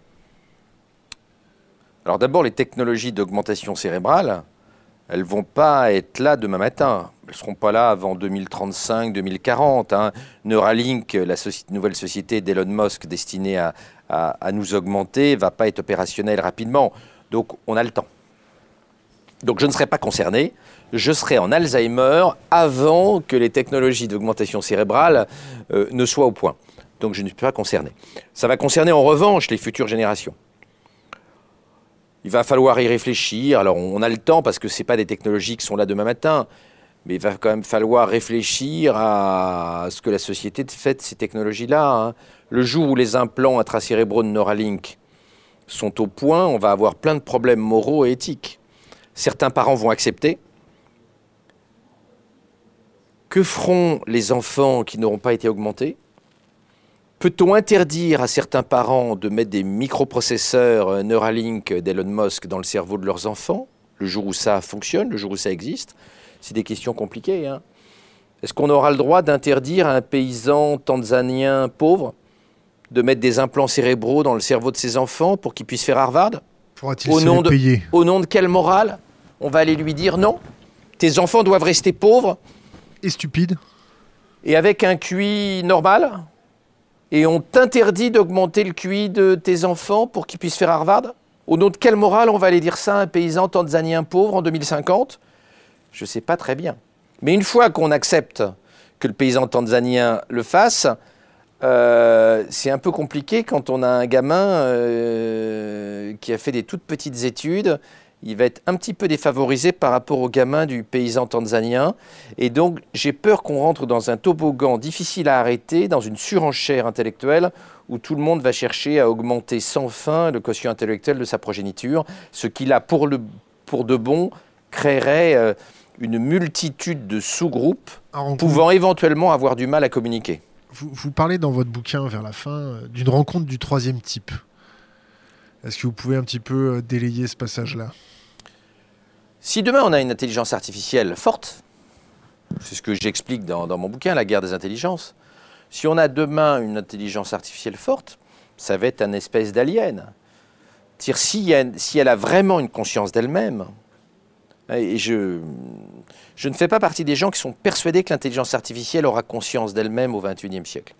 Alors d'abord, les technologies d'augmentation cérébrale, elles ne vont pas être là demain matin. Elles ne seront pas là avant deux mille trente-cinq, deux mille quarante. Hein. Neuralink, la soci nouvelle société d'Elon Musk destinée à, à, à nous augmenter, ne va pas être opérationnelle rapidement. Donc, on a le temps. Donc, je ne serai pas concerné. Je serai en Alzheimer avant que les technologies d'augmentation cérébrale euh, ne soient au point. Donc, je ne suis pas concerné. Ça va concerner en revanche les futures générations. Il va falloir y réfléchir. Alors, on a le temps parce que ce n'est pas des technologies qui sont là demain matin. Mais il va quand même falloir réfléchir à ce que la société fait de ces technologies-là. Hein. Le jour où les implants intracérébraux de Neuralink sont au point, on va avoir plein de problèmes moraux et éthiques. Certains parents vont accepter. Que feront les enfants qui n'auront pas été augmentés? Peut-on interdire à certains parents de mettre des microprocesseurs Neuralink d'Elon Musk dans le cerveau de leurs enfants, le jour où ça fonctionne, le jour où ça existe? C'est des questions compliquées. Hein. Est-ce qu'on aura le droit d'interdire à un paysan tanzanien pauvre de mettre des implants cérébraux dans le cerveau de ses enfants pour qu'ils puissent faire Harvard? Pourra-t-il au, se nom les de, payer au nom de quelle morale on va aller lui dire non? Tes enfants doivent rester pauvres et stupides et avec un Q I normal? Et on t'interdit d'augmenter le Q I de tes enfants pour qu'ils puissent faire Harvard? Au nom de quelle morale on va aller dire ça à un paysan tanzanien pauvre en deux mille cinquante? Je ne sais pas très bien. Mais une fois qu'on accepte que le paysan tanzanien le fasse, Euh, c'est un peu compliqué quand on a un gamin euh, qui a fait des toutes petites études. Il va être un petit peu défavorisé par rapport au gamin du paysan tanzanien. Et donc, j'ai peur qu'on rentre dans un toboggan difficile à arrêter, dans une surenchère intellectuelle où tout le monde va chercher à augmenter sans fin le quotient intellectuel de sa progéniture, ce qui, là, pour, le, pour de bon, créerait euh, une multitude de sous-groupes pouvant éventuellement avoir du mal à communiquer. Vous, vous parlez dans votre bouquin, vers la fin, d'une rencontre du troisième type. Est-ce que vous pouvez un petit peu délayer ce passage-là? Si demain on a une intelligence artificielle forte, c'est ce que j'explique dans, dans mon bouquin, La guerre des intelligences, si on a demain une intelligence artificielle forte, ça va être un espèce d'alien. Si, si elle a vraiment une conscience d'elle-même, et je, je ne fais pas partie des gens qui sont persuadés que l'intelligence artificielle aura conscience d'elle-même au vingt et unième siècle.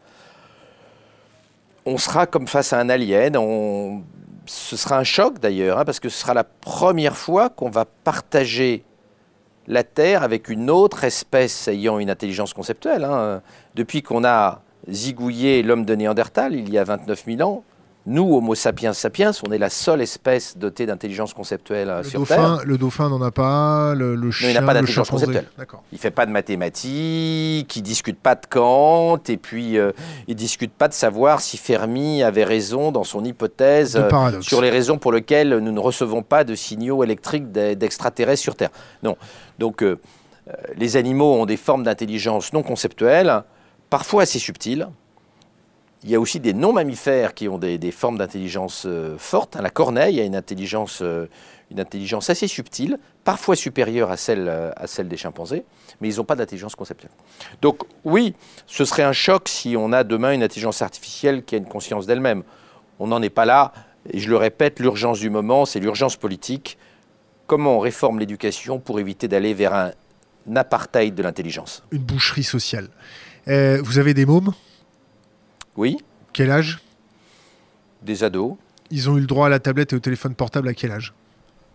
On sera comme face à un alien, on, ce sera un choc d'ailleurs, hein, parce que ce sera la première fois qu'on va partager la Terre avec une autre espèce ayant une intelligence conceptuelle. Hein. Depuis qu'on a zigouillé l'homme de Néandertal, il y a vingt-neuf mille ans, nous, Homo sapiens sapiens, on est la seule espèce dotée d'intelligence conceptuelle le sur dauphin, Terre. Le dauphin n'en a pas, le, le chien, non, il n'a pas d'intelligence conceptuelle. Il ne fait pas de mathématiques, il ne discute pas de Kant, et puis euh, il ne discute pas de savoir si Fermi avait raison dans son hypothèse euh, sur les raisons pour lesquelles nous ne recevons pas de signaux électriques d'extraterrestres sur Terre. Non. Donc, euh, les animaux ont des formes d'intelligence non conceptuelles, parfois assez subtiles, il y a aussi des non-mammifères qui ont des, des formes d'intelligence euh, fortes. La corneille a une intelligence, euh, une intelligence assez subtile, parfois supérieure à celle, euh, à celle des chimpanzés, mais ils n'ont pas d'intelligence conceptuelle. Donc oui, ce serait un choc si on a demain une intelligence artificielle qui a une conscience d'elle-même. On n'en est pas là, et je le répète, l'urgence du moment, c'est l'urgence politique. Comment on réforme l'éducation pour éviter d'aller vers un, un apartheid de l'intelligence? Une boucherie sociale. Euh, vous avez des mômes? Oui. Quel âge? Des ados. Ils ont eu le droit à la tablette et au téléphone portable à quel âge?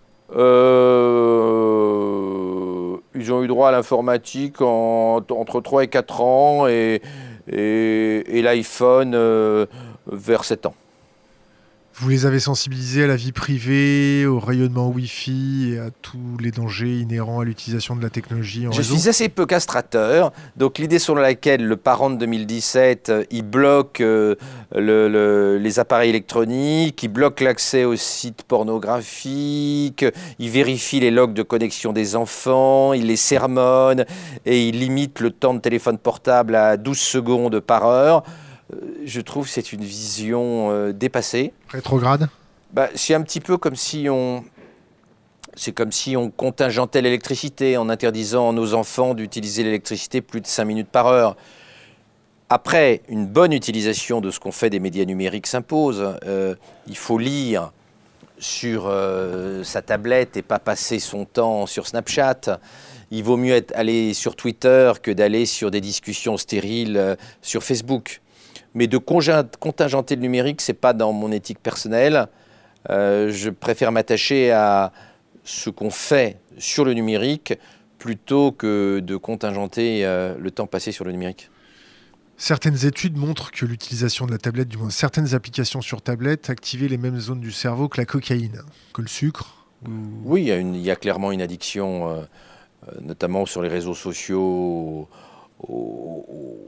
euh, Ils ont eu droit à l'informatique en, entre trois et quatre ans et, et, et l'iPhone euh, vers sept ans. Vous les avez sensibilisés à la vie privée, au rayonnement Wi-Fi et à tous les dangers inhérents à l'utilisation de la technologie en Je réseau? suis assez peu castrateur, donc l'idée selon laquelle le parent de deux mille dix-sept, il bloque euh, le, le, les appareils électroniques, il bloque l'accès aux sites pornographiques, il vérifie les logs de connexion des enfants, il les sermonne et il limite le temps de téléphone portable à douze secondes par heure. Je trouve que c'est une vision euh, dépassée. Rétrograde? Bah, c'est un petit peu comme si on... C'est comme si on contingentait l'électricité en interdisant à nos enfants d'utiliser l'électricité plus de cinq minutes par heure. Après, une bonne utilisation de ce qu'on fait des médias numériques s'impose. Euh, il faut lire sur euh, sa tablette et pas passer son temps sur Snapchat. Il vaut mieux être, aller sur Twitter que d'aller sur des discussions stériles euh, sur Facebook. Mais de contingenter le numérique, ce n'est pas dans mon éthique personnelle. Euh, je préfère m'attacher à ce qu'on fait sur le numérique plutôt que de contingenter euh, le temps passé sur le numérique. Certaines études montrent que l'utilisation de la tablette, du moins certaines applications sur tablette, activaient les mêmes zones du cerveau que la cocaïne, que le sucre. Ou... Oui, il y, a une, il y a clairement une addiction, euh, notamment sur les réseaux sociaux, au, au,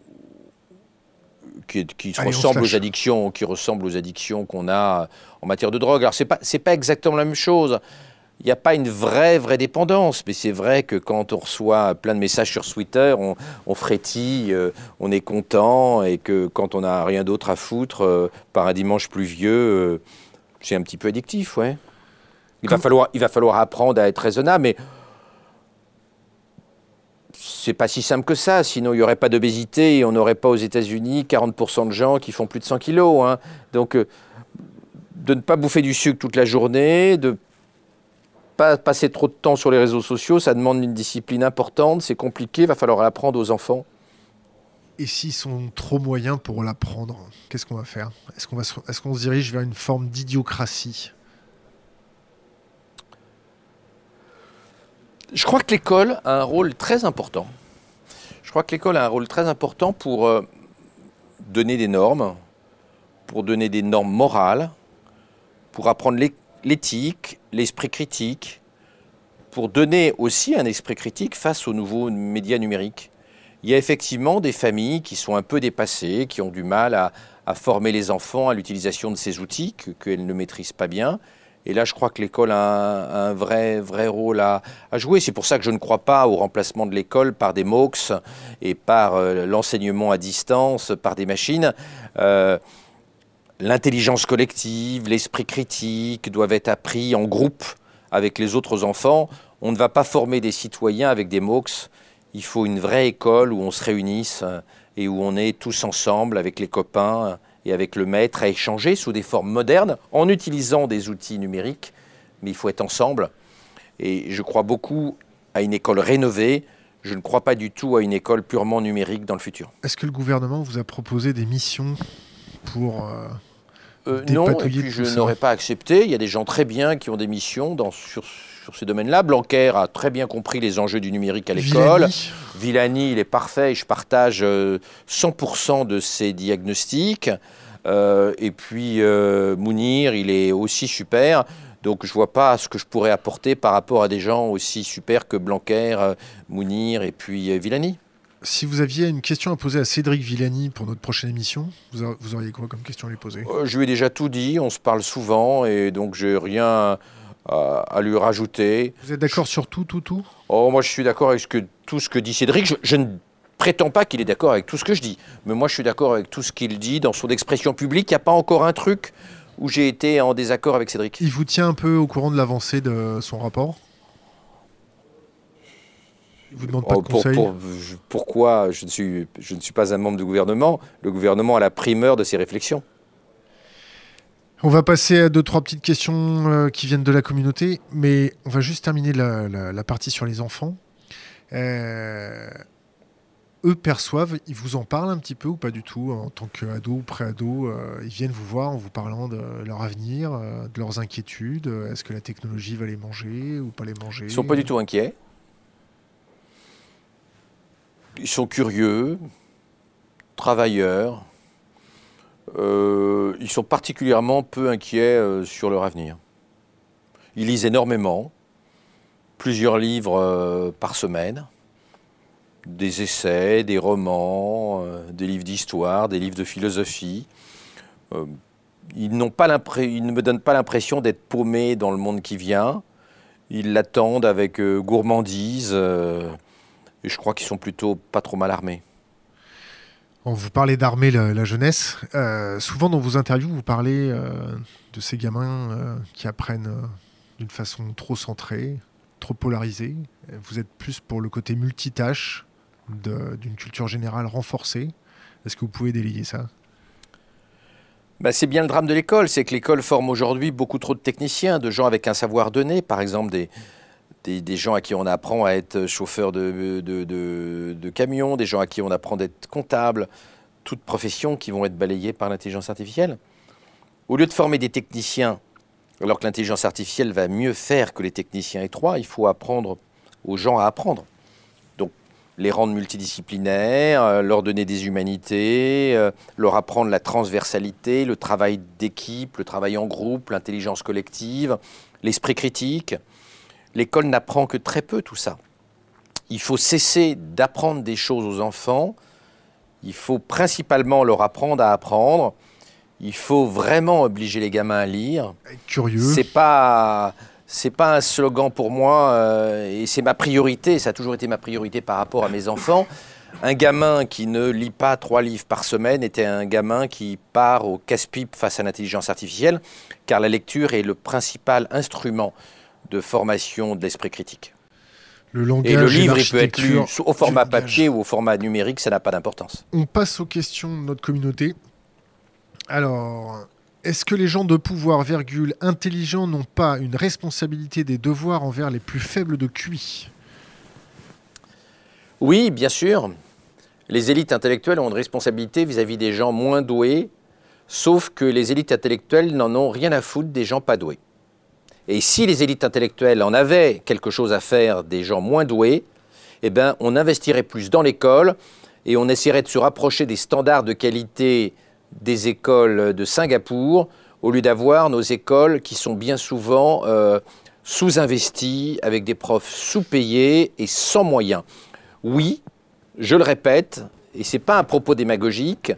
qui, qui Allez, ressemble aux addictions, qui ressemble aux addictions qu'on a en matière de drogue. Alors c'est pas, c'est pas exactement la même chose. Il n'y a pas une vraie, vraie dépendance, mais c'est vrai que quand on reçoit plein de messages sur Twitter, on, on frétille, euh, on est content, et que quand on n'a rien d'autre à foutre, euh, par un dimanche pluvieux, euh, c'est un petit peu addictif, ouais. Il va falloir, il va falloir apprendre à être raisonnable, mais c'est pas si simple que ça, sinon il n'y aurait pas d'obésité et on n'aurait pas aux États-Unis quarante pour cent de gens qui font plus de cent kilos. Hein. Donc, euh, de ne pas bouffer du sucre toute la journée, de pas passer trop de temps sur les réseaux sociaux, ça demande une discipline importante, c'est compliqué, il va falloir l'apprendre aux enfants. Et s'ils sont trop moyens pour l'apprendre, qu'est-ce qu'on va faire? Est-ce qu'on va se, est-ce qu'on se dirige vers une forme d'idiocratie? Je crois que l'école a un rôle très important. Je crois que l'école a un rôle très important pour euh, donner des normes, pour donner des normes morales, pour apprendre l'éthique, l'esprit critique, pour donner aussi un esprit critique face aux nouveaux médias numériques. Il y a effectivement des familles qui sont un peu dépassées, qui ont du mal à, à former les enfants à l'utilisation de ces outils qu'elles ne maîtrisent pas bien. Et là, je crois que l'école a un, un vrai, vrai rôle à, à jouer. C'est pour ça que je ne crois pas au remplacement de l'école par des MOOCs et par euh, l'enseignement à distance, par des machines. Euh, L'intelligence collective, l'esprit critique doivent être appris en groupe avec les autres enfants. On ne va pas former des citoyens avec des MOOCs. Il faut une vraie école où on se réunisse et où on est tous ensemble avec les copains et avec le maître à échanger sous des formes modernes en utilisant des outils numériques. Mais il faut être ensemble. Et je crois beaucoup à une école rénovée. Je ne crois pas du tout à une école purement numérique dans le futur. Est-ce que le gouvernement vous a proposé des missions pour... Euh... Euh, non, et puis je n'aurais pas accepté. Il y a des gens très bien qui ont des missions dans, sur, sur ces domaines-là. Blanquer a très bien compris les enjeux du numérique à l'école. Villani. Villani, il est parfait. Je partage euh, cent pour cent de ses diagnostics. Euh, et puis euh, Mounir, il est aussi super. Donc je ne vois pas ce que je pourrais apporter par rapport à des gens aussi super que Blanquer, euh, Mounir et puis euh, Villani. Si vous aviez une question à poser à Cédric Villani pour notre prochaine émission, vous, a, vous auriez quoi comme question à lui poser? euh, Je lui ai déjà tout dit, on se parle souvent et donc j'ai rien à, à lui rajouter. Vous êtes d'accord sur tout, tout, tout? Oh, moi je suis d'accord avec ce que, tout ce que dit Cédric. Je, je ne prétend pas qu'il est d'accord avec tout ce que je dis. Mais moi, je suis d'accord avec tout ce qu'il dit dans son expression publique. Il n'y a pas encore un truc où j'ai été en désaccord avec Cédric. Il vous tient un peu au courant de l'avancée de son rapport? Il vous demande pas Oh, de pour, conseils? pour, je- pourquoi je ne, suis, je ne suis pas un membre du gouvernement. Le gouvernement a la primeur de ses réflexions. On va passer à deux, trois petites questions euh, qui viennent de la communauté, mais on va juste terminer la, la- la partie sur les enfants. Euh, eux perçoivent, ils vous en parlent un petit peu ou pas du tout en tant qu'ado ou pré-ado, euh, ils viennent vous voir en vous parlant de leur avenir, euh, de leurs inquiétudes. euh, Est-ce que la technologie va les manger ou pas les manger? Ils ne sont pas du tout inquiets. Ils sont curieux, travailleurs. Euh, ils sont particulièrement peu inquiets euh, sur leur avenir. Ils lisent énormément, plusieurs livres euh, par semaine, des essais, des romans, euh, des livres d'histoire, des livres de philosophie. Euh, ils, n'ont pas l'impré- ils ne me donnent pas l'impression d'être paumés dans le monde qui vient. Ils l'attendent avec euh, gourmandise. euh, et je crois qu'ils sont plutôt pas trop mal armés. On vous parlez d'armer la, la jeunesse. Euh, souvent dans vos interviews, vous parlez euh, de ces gamins euh, qui apprennent euh, d'une façon trop centrée, trop polarisée. Vous êtes plus pour le côté multitâche de- d'une culture générale renforcée. Est-ce que vous pouvez délayer ça? Bah, c'est bien le drame de l'école, c'est que l'école forme aujourd'hui beaucoup trop de techniciens, de gens avec un savoir donné, par exemple des, des, des gens à qui on apprend à être chauffeur de, de, de, de camion, des gens à qui on apprend d'être comptable, toutes professions qui vont être balayées par l'intelligence artificielle. Au lieu de former des techniciens, alors que l'intelligence artificielle va mieux faire que les techniciens étroits, il faut apprendre aux gens à apprendre. Donc, les rendre multidisciplinaires, euh, leur donner des humanités, euh, leur apprendre la transversalité, le travail d'équipe, le travail en groupe, l'intelligence collective, l'esprit critique. L'école n'apprend que très peu tout ça. Il faut cesser d'apprendre des choses aux enfants. Il faut principalement leur apprendre à apprendre. Il faut vraiment obliger les gamins à lire. Être curieux. C'est pas, c'est pas un slogan pour moi, euh, et c'est ma priorité. Ça a toujours été ma priorité par rapport à mes enfants. Un gamin qui ne lit pas trois livres par semaine était un gamin qui part au casse-pipe face à l'intelligence artificielle, car la lecture est le principal instrument de formation de l'esprit critique. Le langage Et le livre, il peut être lu l'architecture au format du langage. papier ou au format numérique, ça n'a pas d'importance. On passe aux questions de notre communauté. Alors, est-ce que les gens de pouvoir, virgule, intelligents n'ont pas une responsabilité des devoirs envers les plus faibles de Q I? Oui, bien sûr. Les élites intellectuelles ont une responsabilité vis-à-vis des gens moins doués, sauf que les élites intellectuelles n'en ont rien à foutre des gens pas doués. Et si les élites intellectuelles en avaient quelque chose à faire des gens moins doués, eh ben, on investirait plus dans l'école et on essaierait de se rapprocher des standards de qualité des écoles de Singapour, au lieu d'avoir nos écoles qui sont bien souvent euh, sous-investies, avec des profs sous-payés et sans moyens. Oui, je le répète, et ce n'est pas un propos démagogique,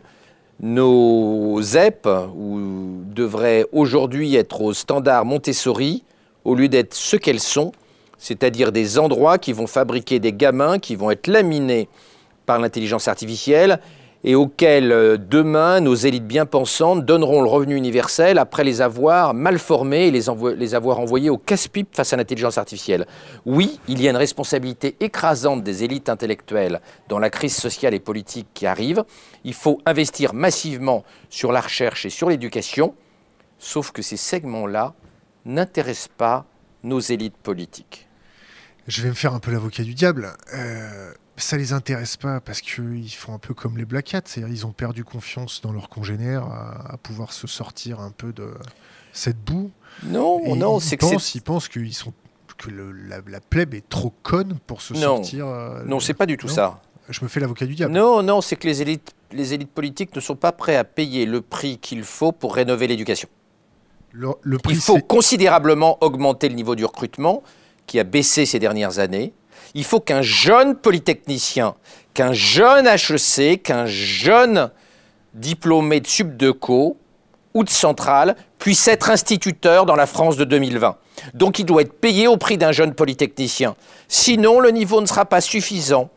nos Z E P ou, devraient aujourd'hui être au standard Montessori, au lieu d'être ce qu'elles sont, c'est-à-dire des endroits qui vont fabriquer des gamins qui vont être laminés par l'intelligence artificielle et auxquels euh, demain nos élites bien pensantes donneront le revenu universel après les avoir mal formés et les, envo- les avoir envoyés au casse-pipe face à l'intelligence artificielle. Oui, il y a une responsabilité écrasante des élites intellectuelles dans la crise sociale et politique qui arrive. Il faut investir massivement sur la recherche et sur l'éducation, sauf que ces segments-là n'intéressent pas nos élites politiques. Je vais me faire un peu l'avocat du diable. Euh, ça les intéresse pas parce qu'ils font un peu comme les Black Hats, c'est-à-dire ils ont perdu confiance dans leurs congénères à, à pouvoir se sortir un peu de cette boue. Non, Et non, ils c'est que pensent, c'est... ils pensent qu'ils sont, que le- la, la plèbe est trop conne pour se Non. sortir. euh, Non, c'est pas du tout non ça. Je me fais l'avocat du diable. Non, non, c'est que les élites, les élites politiques ne sont pas prêts à payer le prix qu'il faut pour rénover l'éducation. Le, le prix, Il faut c'est- considérablement augmenter le niveau du recrutement, qui a baissé ces dernières années. Il faut qu'un jeune polytechnicien, qu'un jeune H E C, qu'un jeune diplômé de Subdeco ou de Centrale puisse être instituteur dans la France de deux mille vingt. Donc il doit être payé au prix d'un jeune polytechnicien. Sinon, le niveau ne sera pas suffisant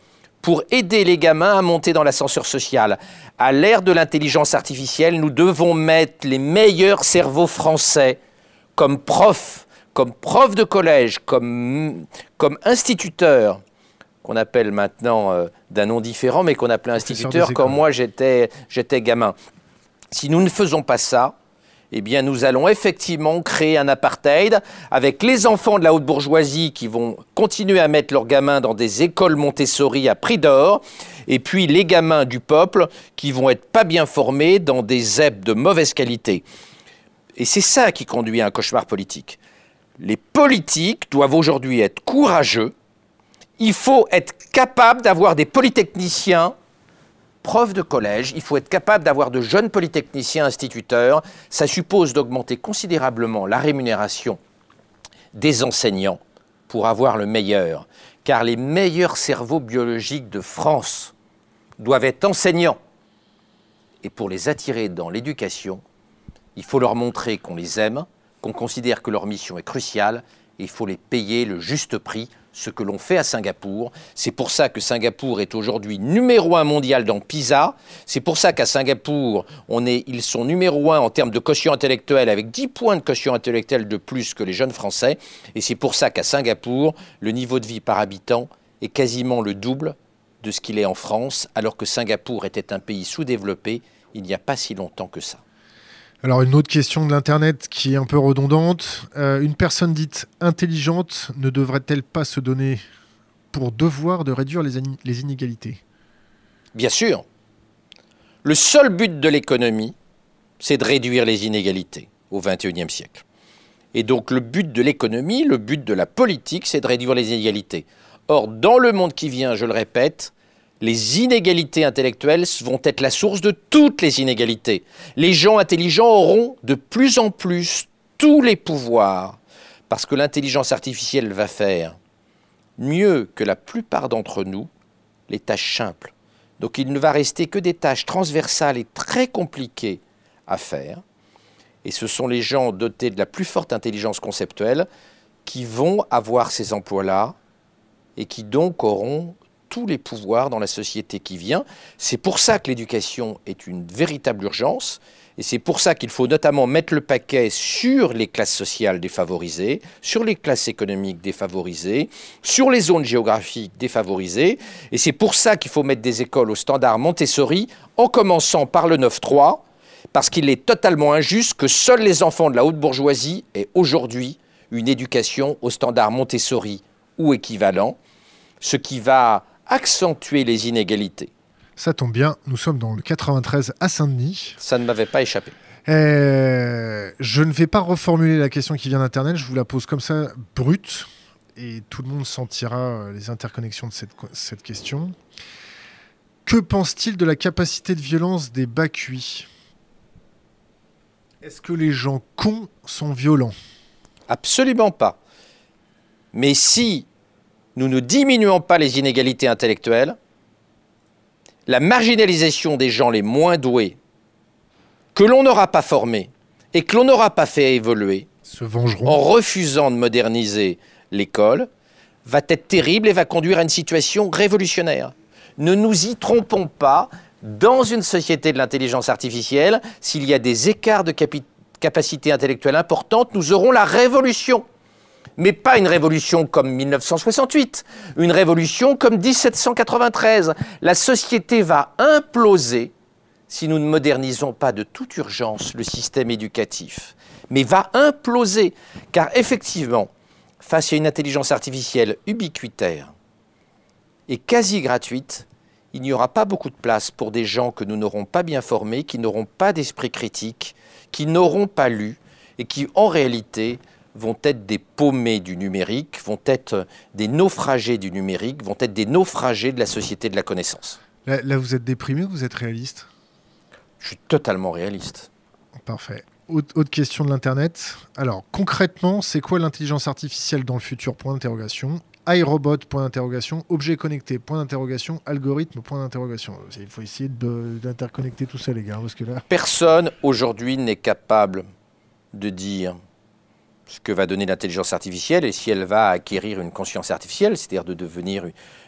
pour aider les gamins à monter dans l'ascenseur social. À l'ère de l'intelligence artificielle, nous devons mettre les meilleurs cerveaux français comme profs, comme profs de collège, comme, comme instituteurs, qu'on appelle maintenant euh, d'un nom différent, mais qu'on appelait instituteurs quand moi j'étais j'étais gamin. Si nous ne faisons pas ça, eh bien nous allons effectivement créer un apartheid avec les enfants de la haute bourgeoisie qui vont continuer à mettre leurs gamins dans des écoles Montessori à prix d'or, et puis les gamins du peuple qui vont être pas bien formés dans des Z E P de mauvaise qualité. Et c'est ça qui conduit à un cauchemar politique. Les politiques doivent aujourd'hui être courageux. Il faut être capable d'avoir des polytechniciens, profs de collège. Il faut être capable d'avoir de jeunes polytechniciens instituteurs. Ça suppose d'augmenter considérablement la rémunération des enseignants pour avoir le meilleur. Car les meilleurs cerveaux biologiques de France doivent être enseignants. Et pour les attirer dans l'éducation, il faut leur montrer qu'on les aime, qu'on considère que leur mission est cruciale, et il faut les payer le juste prix, ce que l'on fait à Singapour. C'est pour ça que Singapour est aujourd'hui numéro un mondial dans PISA. C'est pour ça qu'à Singapour, on est, ils sont numéro un en termes de quotient intellectuel, avec dix points de quotient intellectuel de plus que les jeunes Français. Et c'est pour ça qu'à Singapour, le niveau de vie par habitant est quasiment le double de ce qu'il est en France, alors que Singapour était un pays sous-développé il n'y a pas si longtemps que ça. Alors, une autre question de l'Internet qui est un peu redondante. Euh, une personne dite intelligente ne devrait-elle pas se donner pour devoir de réduire les, les inégalités ? Bien sûr. Le seul but de l'économie, c'est de réduire les inégalités au vingt et unième siècle. Et donc, le but de l'économie, le but de la politique, c'est de réduire les inégalités. Or, dans le monde qui vient, je le répète, les inégalités intellectuelles vont être la source de toutes les inégalités. Les gens intelligents auront de plus en plus tous les pouvoirs parce que l'intelligence artificielle va faire mieux que la plupart d'entre nous les tâches simples. Donc il ne va rester que des tâches transversales et très compliquées à faire. Et ce sont les gens dotés de la plus forte intelligence conceptuelle qui vont avoir ces emplois-là et qui donc auront tous les pouvoirs dans la société qui vient. C'est pour ça que l'éducation est une véritable urgence, et c'est pour ça qu'il faut notamment mettre le paquet sur les classes sociales défavorisées, sur les classes économiques défavorisées, sur les zones géographiques défavorisées, et c'est pour ça qu'il faut mettre des écoles au standard Montessori, en commençant par le neuf trois, parce qu'il est totalement injuste que seuls les enfants de la haute bourgeoisie aient aujourd'hui une éducation au standard Montessori ou équivalent, ce qui va accentuer les inégalités. Ça tombe bien, nous sommes dans le quatre-vingt-treize à Saint-Denis. Ça ne m'avait pas échappé. Euh, je ne vais pas reformuler la question qui vient d'Internet, je vous la pose comme ça, brute, et tout le monde sentira les interconnexions de cette, cette question. Que pense-t-il de la capacité de violence des bas Q I ? Est-ce que les gens cons sont violents ? Absolument pas. Mais si nous ne diminuons pas les inégalités intellectuelles, la marginalisation des gens les moins doués, que l'on n'aura pas formés et que l'on n'aura pas fait évoluer, se vengeront en refusant de moderniser l'école, va être terrible et va conduire à une situation révolutionnaire. Ne nous y trompons pas, dans une société de l'intelligence artificielle, s'il y a des écarts de capi- capacité intellectuelle importantes, nous aurons la révolution. Mais pas une révolution comme mille neuf cent soixante-huit, une révolution comme dix-sept cent quatre-vingt-treize. La société va imploser si nous ne modernisons pas de toute urgence le système éducatif. Mais va imploser, car effectivement, face à une intelligence artificielle ubiquitaire et quasi gratuite, il n'y aura pas beaucoup de place pour des gens que nous n'aurons pas bien formés, qui n'auront pas d'esprit critique, qui n'auront pas lu et qui, en réalité, vont être des paumés du numérique, vont être des naufragés du numérique, vont être des naufragés de la société de la connaissance. Là, là vous êtes déprimé ou vous êtes réaliste ? Je suis totalement réaliste. Parfait. Autre, autre question de l'Internet. Alors, concrètement, c'est quoi l'intelligence artificielle dans le futur ? Point d'interrogation. iRobot, point d'interrogation. Objet connecté, point d'interrogation. Algorithme, point d'interrogation. Il faut essayer de, d'interconnecter tout ça, les gars, parce que là... Personne, aujourd'hui, n'est capable de dire ce que va donner l'intelligence artificielle et si elle va acquérir une conscience artificielle, c'est-à-dire de devenir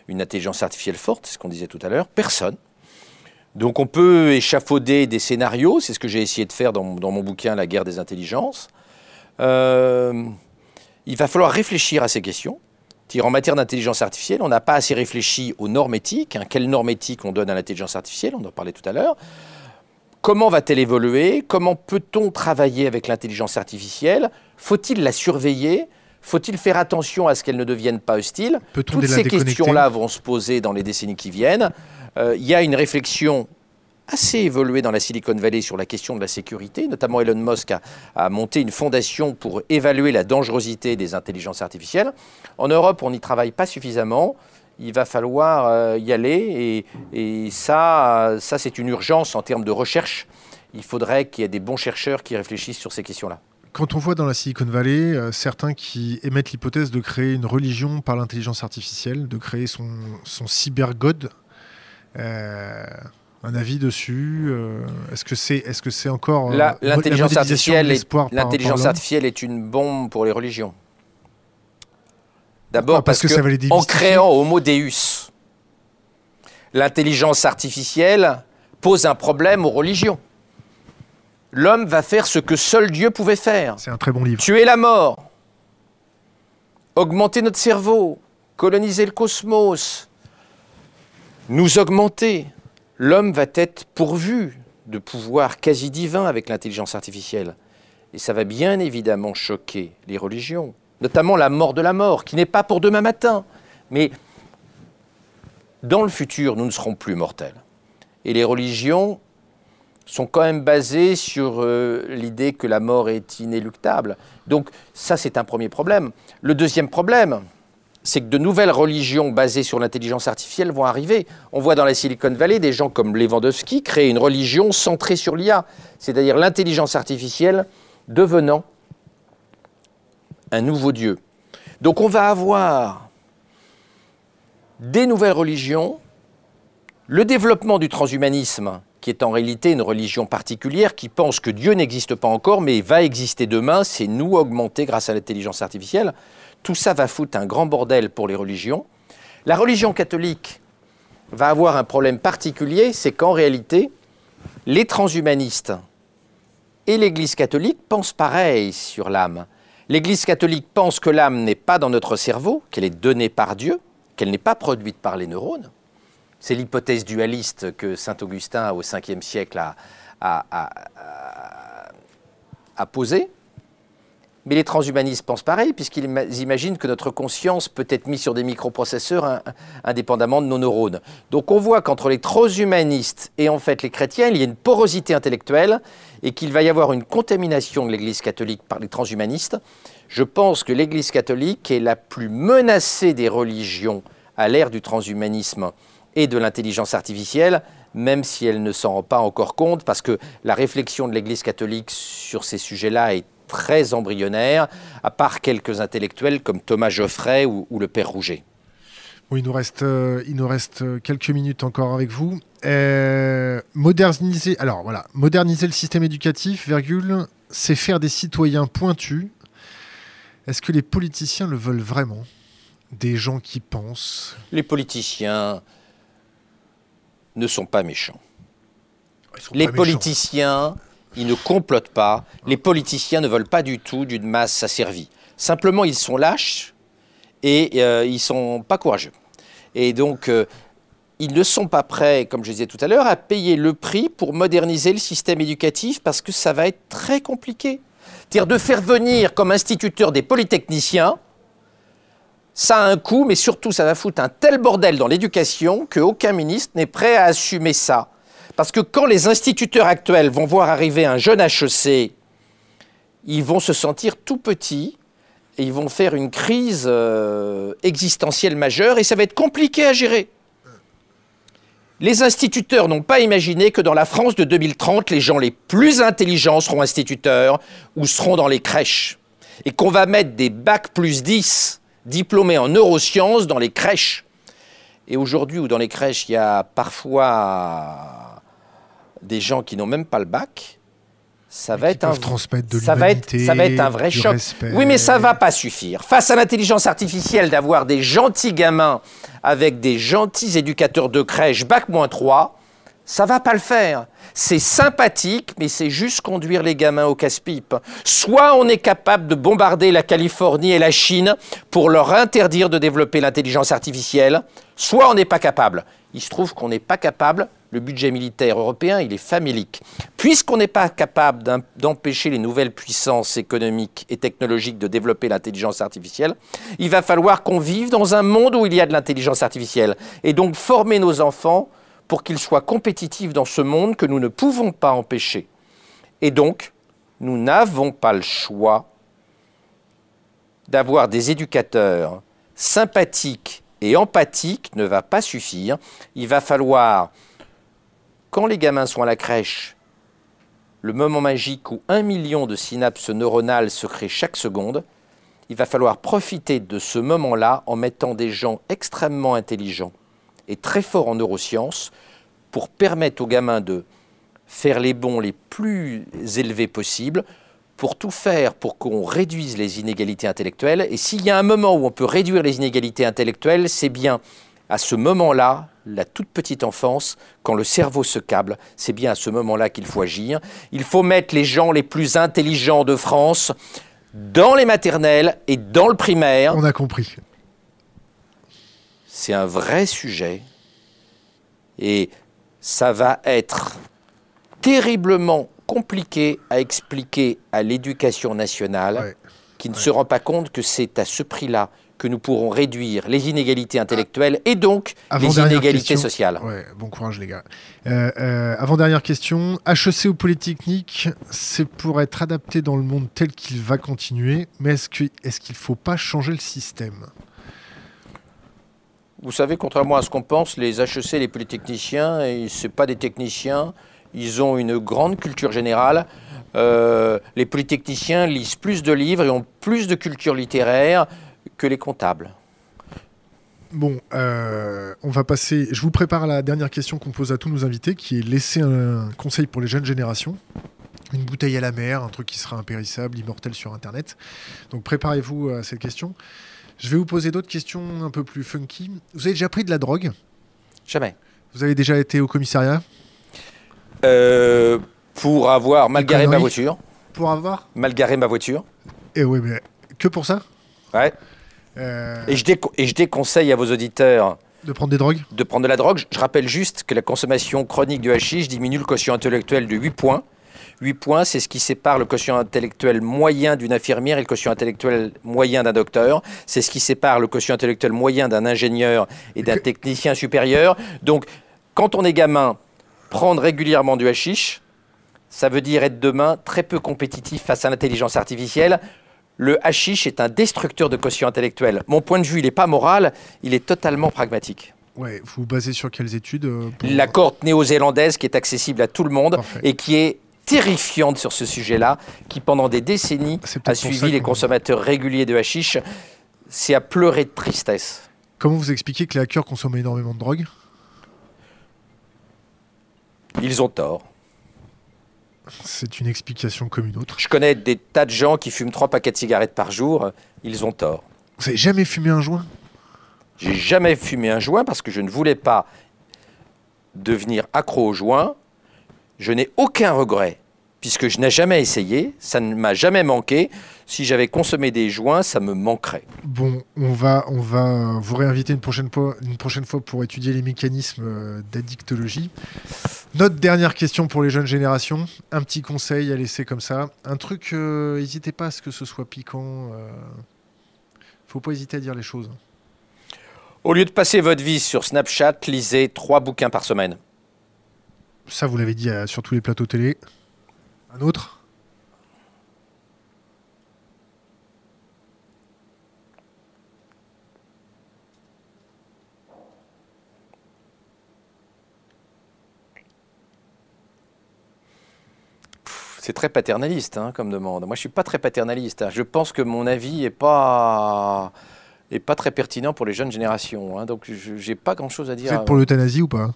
une intelligence artificielle forte, c'est ce qu'on disait tout à l'heure? Personne. Donc on peut échafauder des scénarios, c'est ce que j'ai essayé de faire dans, dans mon bouquin « La guerre des intelligences ». Euh, il va falloir réfléchir à ces questions. En matière d'intelligence artificielle, on n'a pas assez réfléchi aux normes éthiques. Hein. Quelles normes éthiques on donne à l'intelligence artificielle? On en parlait tout à l'heure. Comment va-t-elle évoluer? Comment peut-on travailler avec l'intelligence artificielle? Faut-il la surveiller? Faut-il faire attention à ce qu'elle ne devienne pas hostile? Toutes ces questions-là vont se poser dans les décennies qui viennent. Euh, il y a une réflexion assez évoluée dans la Silicon Valley sur la question de la sécurité. Notamment Elon Musk a, a monté une fondation pour évaluer la dangerosité des intelligences artificielles. En Europe, on n'y travaille pas suffisamment. Il va falloir euh, y aller et, et ça, ça c'est une urgence en termes de recherche. Il faudrait qu'il y ait des bons chercheurs qui réfléchissent sur ces questions-là. Quand on voit dans la Silicon Valley euh, certains qui émettent l'hypothèse de créer une religion par l'intelligence artificielle, de créer son, son cyber-god, euh, un avis dessus euh, Est-ce que c'est est-ce que c'est encore euh, la, l'intelligence artificielle, est, l'intelligence artificielle est une bombe pour les religions. D'abord parce, parce que, que en créant Homo Deus, l'intelligence artificielle pose un problème aux religions. L'homme va faire ce que seul Dieu pouvait faire. C'est un très bon livre. Tuer la mort, augmenter notre cerveau, coloniser le cosmos, nous augmenter. L'homme va être pourvu de pouvoirs quasi divins avec l'intelligence artificielle. Et ça va bien évidemment choquer les religions, notamment la mort de la mort, qui n'est pas pour demain matin. Mais dans le futur, nous ne serons plus mortels. Et les religions sont quand même basées sur euh, l'idée que la mort est inéluctable. Donc ça, c'est un premier problème. Le deuxième problème, c'est que de nouvelles religions basées sur l'intelligence artificielle vont arriver. On voit dans la Silicon Valley des gens comme Lewandowski créer une religion centrée sur l'I A, c'est-à-dire l'intelligence artificielle devenant un nouveau Dieu. Donc on va avoir des nouvelles religions, le développement du transhumanisme, qui est en réalité une religion particulière, qui pense que Dieu n'existe pas encore, mais va exister demain, c'est nous augmenter grâce à l'intelligence artificielle. Tout ça va foutre un grand bordel pour les religions. La religion catholique va avoir un problème particulier, c'est qu'en réalité, les transhumanistes et l'Église catholique pensent pareil sur l'âme. L'Église catholique pense que l'âme n'est pas dans notre cerveau, qu'elle est donnée par Dieu, qu'elle n'est pas produite par les neurones. C'est l'hypothèse dualiste que saint Augustin, au cinquième siècle, a, a, a, a, a posée. Mais les transhumanistes pensent pareil, puisqu'ils imaginent que notre conscience peut être mise sur des microprocesseurs hein, indépendamment de nos neurones. Donc on voit qu'entre les transhumanistes et en fait les chrétiens, il y a une porosité intellectuelle et qu'il va y avoir une contamination de l'Église catholique par les transhumanistes. Je pense que l'Église catholique est la plus menacée des religions à l'ère du transhumanisme et de l'intelligence artificielle, même si elle ne s'en rend pas encore compte, parce que la réflexion de l'Église catholique sur ces sujets-là est très embryonnaire, à part quelques intellectuels comme Thomas Geoffrey ou, ou le Père Rouget. Oui, il nous reste, euh, il nous reste quelques minutes encore avec vous. Euh, moderniser, alors voilà, moderniser le système éducatif, virgule, c'est faire des citoyens pointus. Est-ce que les politiciens le veulent vraiment? Des gens qui pensent? Les politiciens ne sont pas méchants. Sont les pas politiciens... Méchants. Ils ne complotent pas. Les politiciens ne veulent pas du tout d'une masse asservie. Simplement, ils sont lâches et euh, ils ne sont pas courageux. Et donc, euh, ils ne sont pas prêts, comme je disais tout à l'heure, à payer le prix pour moderniser le système éducatif parce que ça va être très compliqué. C'est-à-dire de faire venir comme instituteurs des polytechniciens, ça a un coût, mais surtout, ça va foutre un tel bordel dans l'éducation qu'aucun ministre n'est prêt à assumer ça. Parce que quand les instituteurs actuels vont voir arriver un jeune H E C, ils vont se sentir tout petits et ils vont faire une crise euh, existentielle majeure et ça va être compliqué à gérer. Les instituteurs n'ont pas imaginé que dans la France de deux mille trente, les gens les plus intelligents seront instituteurs ou seront dans les crèches. Et qu'on va mettre des bacs plus dix diplômés en neurosciences dans les crèches. Et aujourd'hui, où dans les crèches, il y a parfois des gens qui n'ont même pas le bac, Ça va, être un, transmettre de ça, va être, ça va être un vrai choc. Respect. Oui, mais ça ne va pas suffire. Face à l'intelligence artificielle, d'avoir des gentils gamins avec des gentils éducateurs de crèche bac moins trois, ça ne va pas le faire. C'est sympathique, mais c'est juste conduire les gamins au casse-pipe. Soit on est capable de bombarder la Californie et la Chine pour leur interdire de développer l'intelligence artificielle, soit on n'est pas capable. Il se trouve qu'on n'est pas capable. Le budget militaire européen, il est famélique. Puisqu'on n'est pas capable d'empêcher les nouvelles puissances économiques et technologiques de développer l'intelligence artificielle, il va falloir qu'on vive dans un monde où il y a de l'intelligence artificielle. Et donc former nos enfants pour qu'ils soient compétitifs dans ce monde que nous ne pouvons pas empêcher. Et donc, nous n'avons pas le choix d'avoir des éducateurs sympathiques et empathiques, ne va pas suffire. Il va falloir... Quand les gamins sont à la crèche, le moment magique où un million de synapses neuronales se créent chaque seconde, il va falloir profiter de ce moment-là en mettant des gens extrêmement intelligents et très forts en neurosciences pour permettre aux gamins de faire les bons les plus élevés possibles, pour tout faire pour qu'on réduise les inégalités intellectuelles. Et s'il y a un moment où on peut réduire les inégalités intellectuelles, c'est bien à ce moment-là, la toute petite enfance, quand le cerveau se câble, c'est bien à ce moment-là qu'il faut agir. Il faut mettre les gens les plus intelligents de France dans les maternelles et dans le primaire. On a compris. C'est un vrai sujet et ça va être terriblement compliqué à expliquer à l'éducation nationale ouais. qui ne ouais. se rend pas compte que c'est à ce prix-là que nous pourrons réduire les inégalités intellectuelles et donc Avant les inégalités question. sociales. Ouais, bon courage les gars. Euh, euh, avant-dernière question, H E C ou Polytechnique, c'est pour être adapté dans le monde tel qu'il va continuer, mais est-ce que, est-ce qu'il ne faut pas changer le système ? Vous savez, contrairement à ce qu'on pense, les H E C, les polytechniciens, ce ne sont pas des techniciens, ils ont une grande culture générale. Euh, les polytechniciens lisent plus de livres et ont plus de culture littéraire que les comptables. Bon, euh, on va passer... Je vous prépare à la dernière question qu'on pose à tous nos invités, qui est laisser un conseil pour les jeunes générations. Une bouteille à la mer, un truc qui sera impérissable, immortel sur Internet. Donc préparez-vous à cette question. Je vais vous poser d'autres questions un peu plus funky. Vous avez déjà pris de la drogue ? Jamais. Vous avez déjà été au commissariat ? euh, Pour avoir mal garé ma voiture. Pour avoir Mal garé ma voiture. Et oui, mais que pour ça ? Ouais. Euh... Et, je déco- et je déconseille à vos auditeurs de prendre des drogues. De prendre de la drogue. Je rappelle juste que la consommation chronique de hashish diminue le quotient intellectuel de huit points. huit points, c'est ce qui sépare le quotient intellectuel moyen d'une infirmière et le quotient intellectuel moyen d'un docteur. C'est ce qui sépare le quotient intellectuel moyen d'un ingénieur et d'un technicien supérieur. Donc, quand on est gamin, prendre régulièrement du hashish, ça veut dire être demain très peu compétitif face à l'intelligence artificielle. Le hashish est un destructeur de quotient intellectuel. Mon point de vue, il n'est pas moral, il est totalement pragmatique. Ouais, vous vous basez sur quelles études euh, pour... La cohorte néo-zélandaise qui est accessible à tout le monde. Parfait. Et qui est terrifiante sur ce sujet-là, qui pendant des décennies a suivi les consommateurs réguliers de hashish. C'est à pleurer de tristesse. Comment vous expliquez que les hackers consomment énormément de drogue ? Ils ont tort. C'est une explication comme une autre. Je connais des tas de gens qui fument trois paquets de cigarettes par jour. Ils ont tort. Vous n'avez jamais fumé un joint ? J'ai jamais fumé un joint parce que je ne voulais pas devenir accro au joint. Je n'ai aucun regret puisque je n'ai jamais essayé. Ça ne m'a jamais manqué. Si j'avais consommé des joints, ça me manquerait. Bon, on va, on va vous réinviter une prochaine fois, une prochaine fois pour étudier les mécanismes d'addictologie. Notre dernière question pour les jeunes générations. Un petit conseil à laisser comme ça. Un truc, euh, n'hésitez pas à ce que ce soit piquant. Euh... Faut pas hésiter à dire les choses. Au lieu de passer votre vie sur Snapchat, lisez trois bouquins par semaine. Ça, vous l'avez dit euh, sur tous les plateaux télé. Un autre ? C'est très paternaliste hein, comme demande. Moi, je ne suis pas très paternaliste. Hein. Je pense que mon avis n'est pas, est pas très pertinent pour les jeunes générations. Hein. Donc, je n'ai pas grand-chose à dire. Vous êtes pour l'euthanasie ou pas ?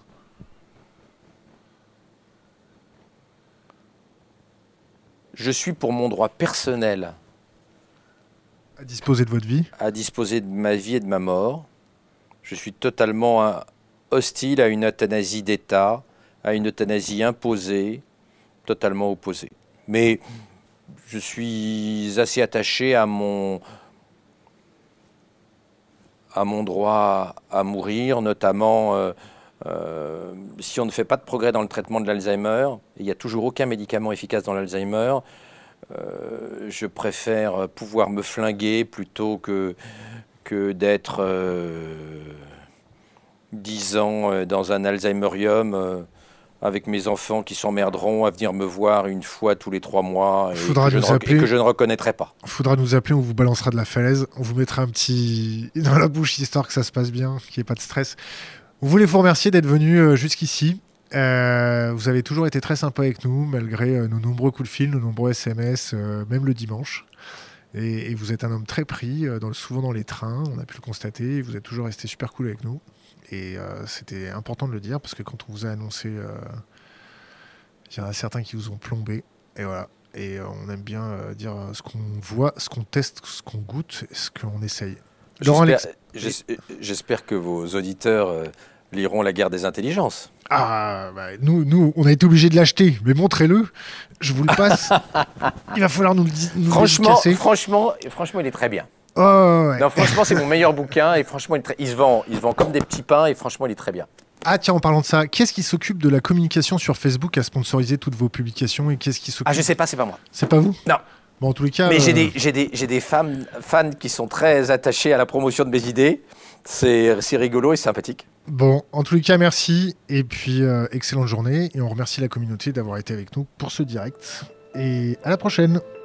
Je suis pour mon droit personnel à disposer de votre vie, à disposer de ma vie et de ma mort. Je suis totalement hein, hostile à une euthanasie d'État, à une euthanasie imposée, totalement opposée. Mais je suis assez attaché à mon, à mon droit à mourir, notamment euh, euh, si on ne fait pas de progrès dans le traitement de l'Alzheimer, il n'y a toujours aucun médicament efficace dans l'Alzheimer, euh, je préfère pouvoir me flinguer plutôt que, que d'être euh, dix ans dans un Alzheimerium euh, avec mes enfants qui s'emmerderont à venir me voir une fois tous les trois mois et, Faudra que, nous je ne, appeler. et que je ne reconnaîtrai pas. Il faudra nous appeler, on vous balancera de la falaise, on vous mettra un petit dans la bouche histoire que ça se passe bien, qu'il n'y ait pas de stress. On voulait vous remercier d'être venu jusqu'ici. Euh, vous avez toujours été très sympa avec nous, malgré euh, nos nombreux coups de fil, nos nombreux S M S, euh, même le dimanche. Et, et vous êtes un homme très pris, euh, dans le, souvent dans les trains, on a pu le constater. Vous êtes toujours resté super cool avec nous. Et euh, c'était important de le dire, parce que quand on vous a annoncé, euh, il y en a certains qui vous ont plombé. Et voilà. Et euh, on aime bien euh, dire ce qu'on voit, ce qu'on teste, ce qu'on goûte, ce qu'on essaye. J'espère, Alex... j'espère que vos auditeurs euh, liront La Guerre des intelligences. Ah, bah, nous, nous, on a été obligés de l'acheter, mais montrez-le, je vous le passe. Il va falloir nous le dire. Franchement, franchement, franchement, il est très bien. Oh, ouais. Non, franchement, c'est mon meilleur bouquin et franchement, il, très... il, se vend, il se vend comme des petits pains et franchement, il est très bien. Ah tiens, en parlant de ça, qu'est-ce qui s'occupe de la communication sur Facebook à sponsoriser toutes vos publications et qu'est-ce qui s'occupe... Ah, je sais pas, c'est pas moi. C'est pas vous? Non. Bon, en tous les cas... Mais euh... j'ai des, j'ai des, j'ai des fans, fans qui sont très attachés à la promotion de mes idées. C'est, c'est rigolo et sympathique. Bon, en tous les cas, merci. Et puis, euh, excellente journée. Et on remercie la communauté d'avoir été avec nous pour ce direct. Et à la prochaine.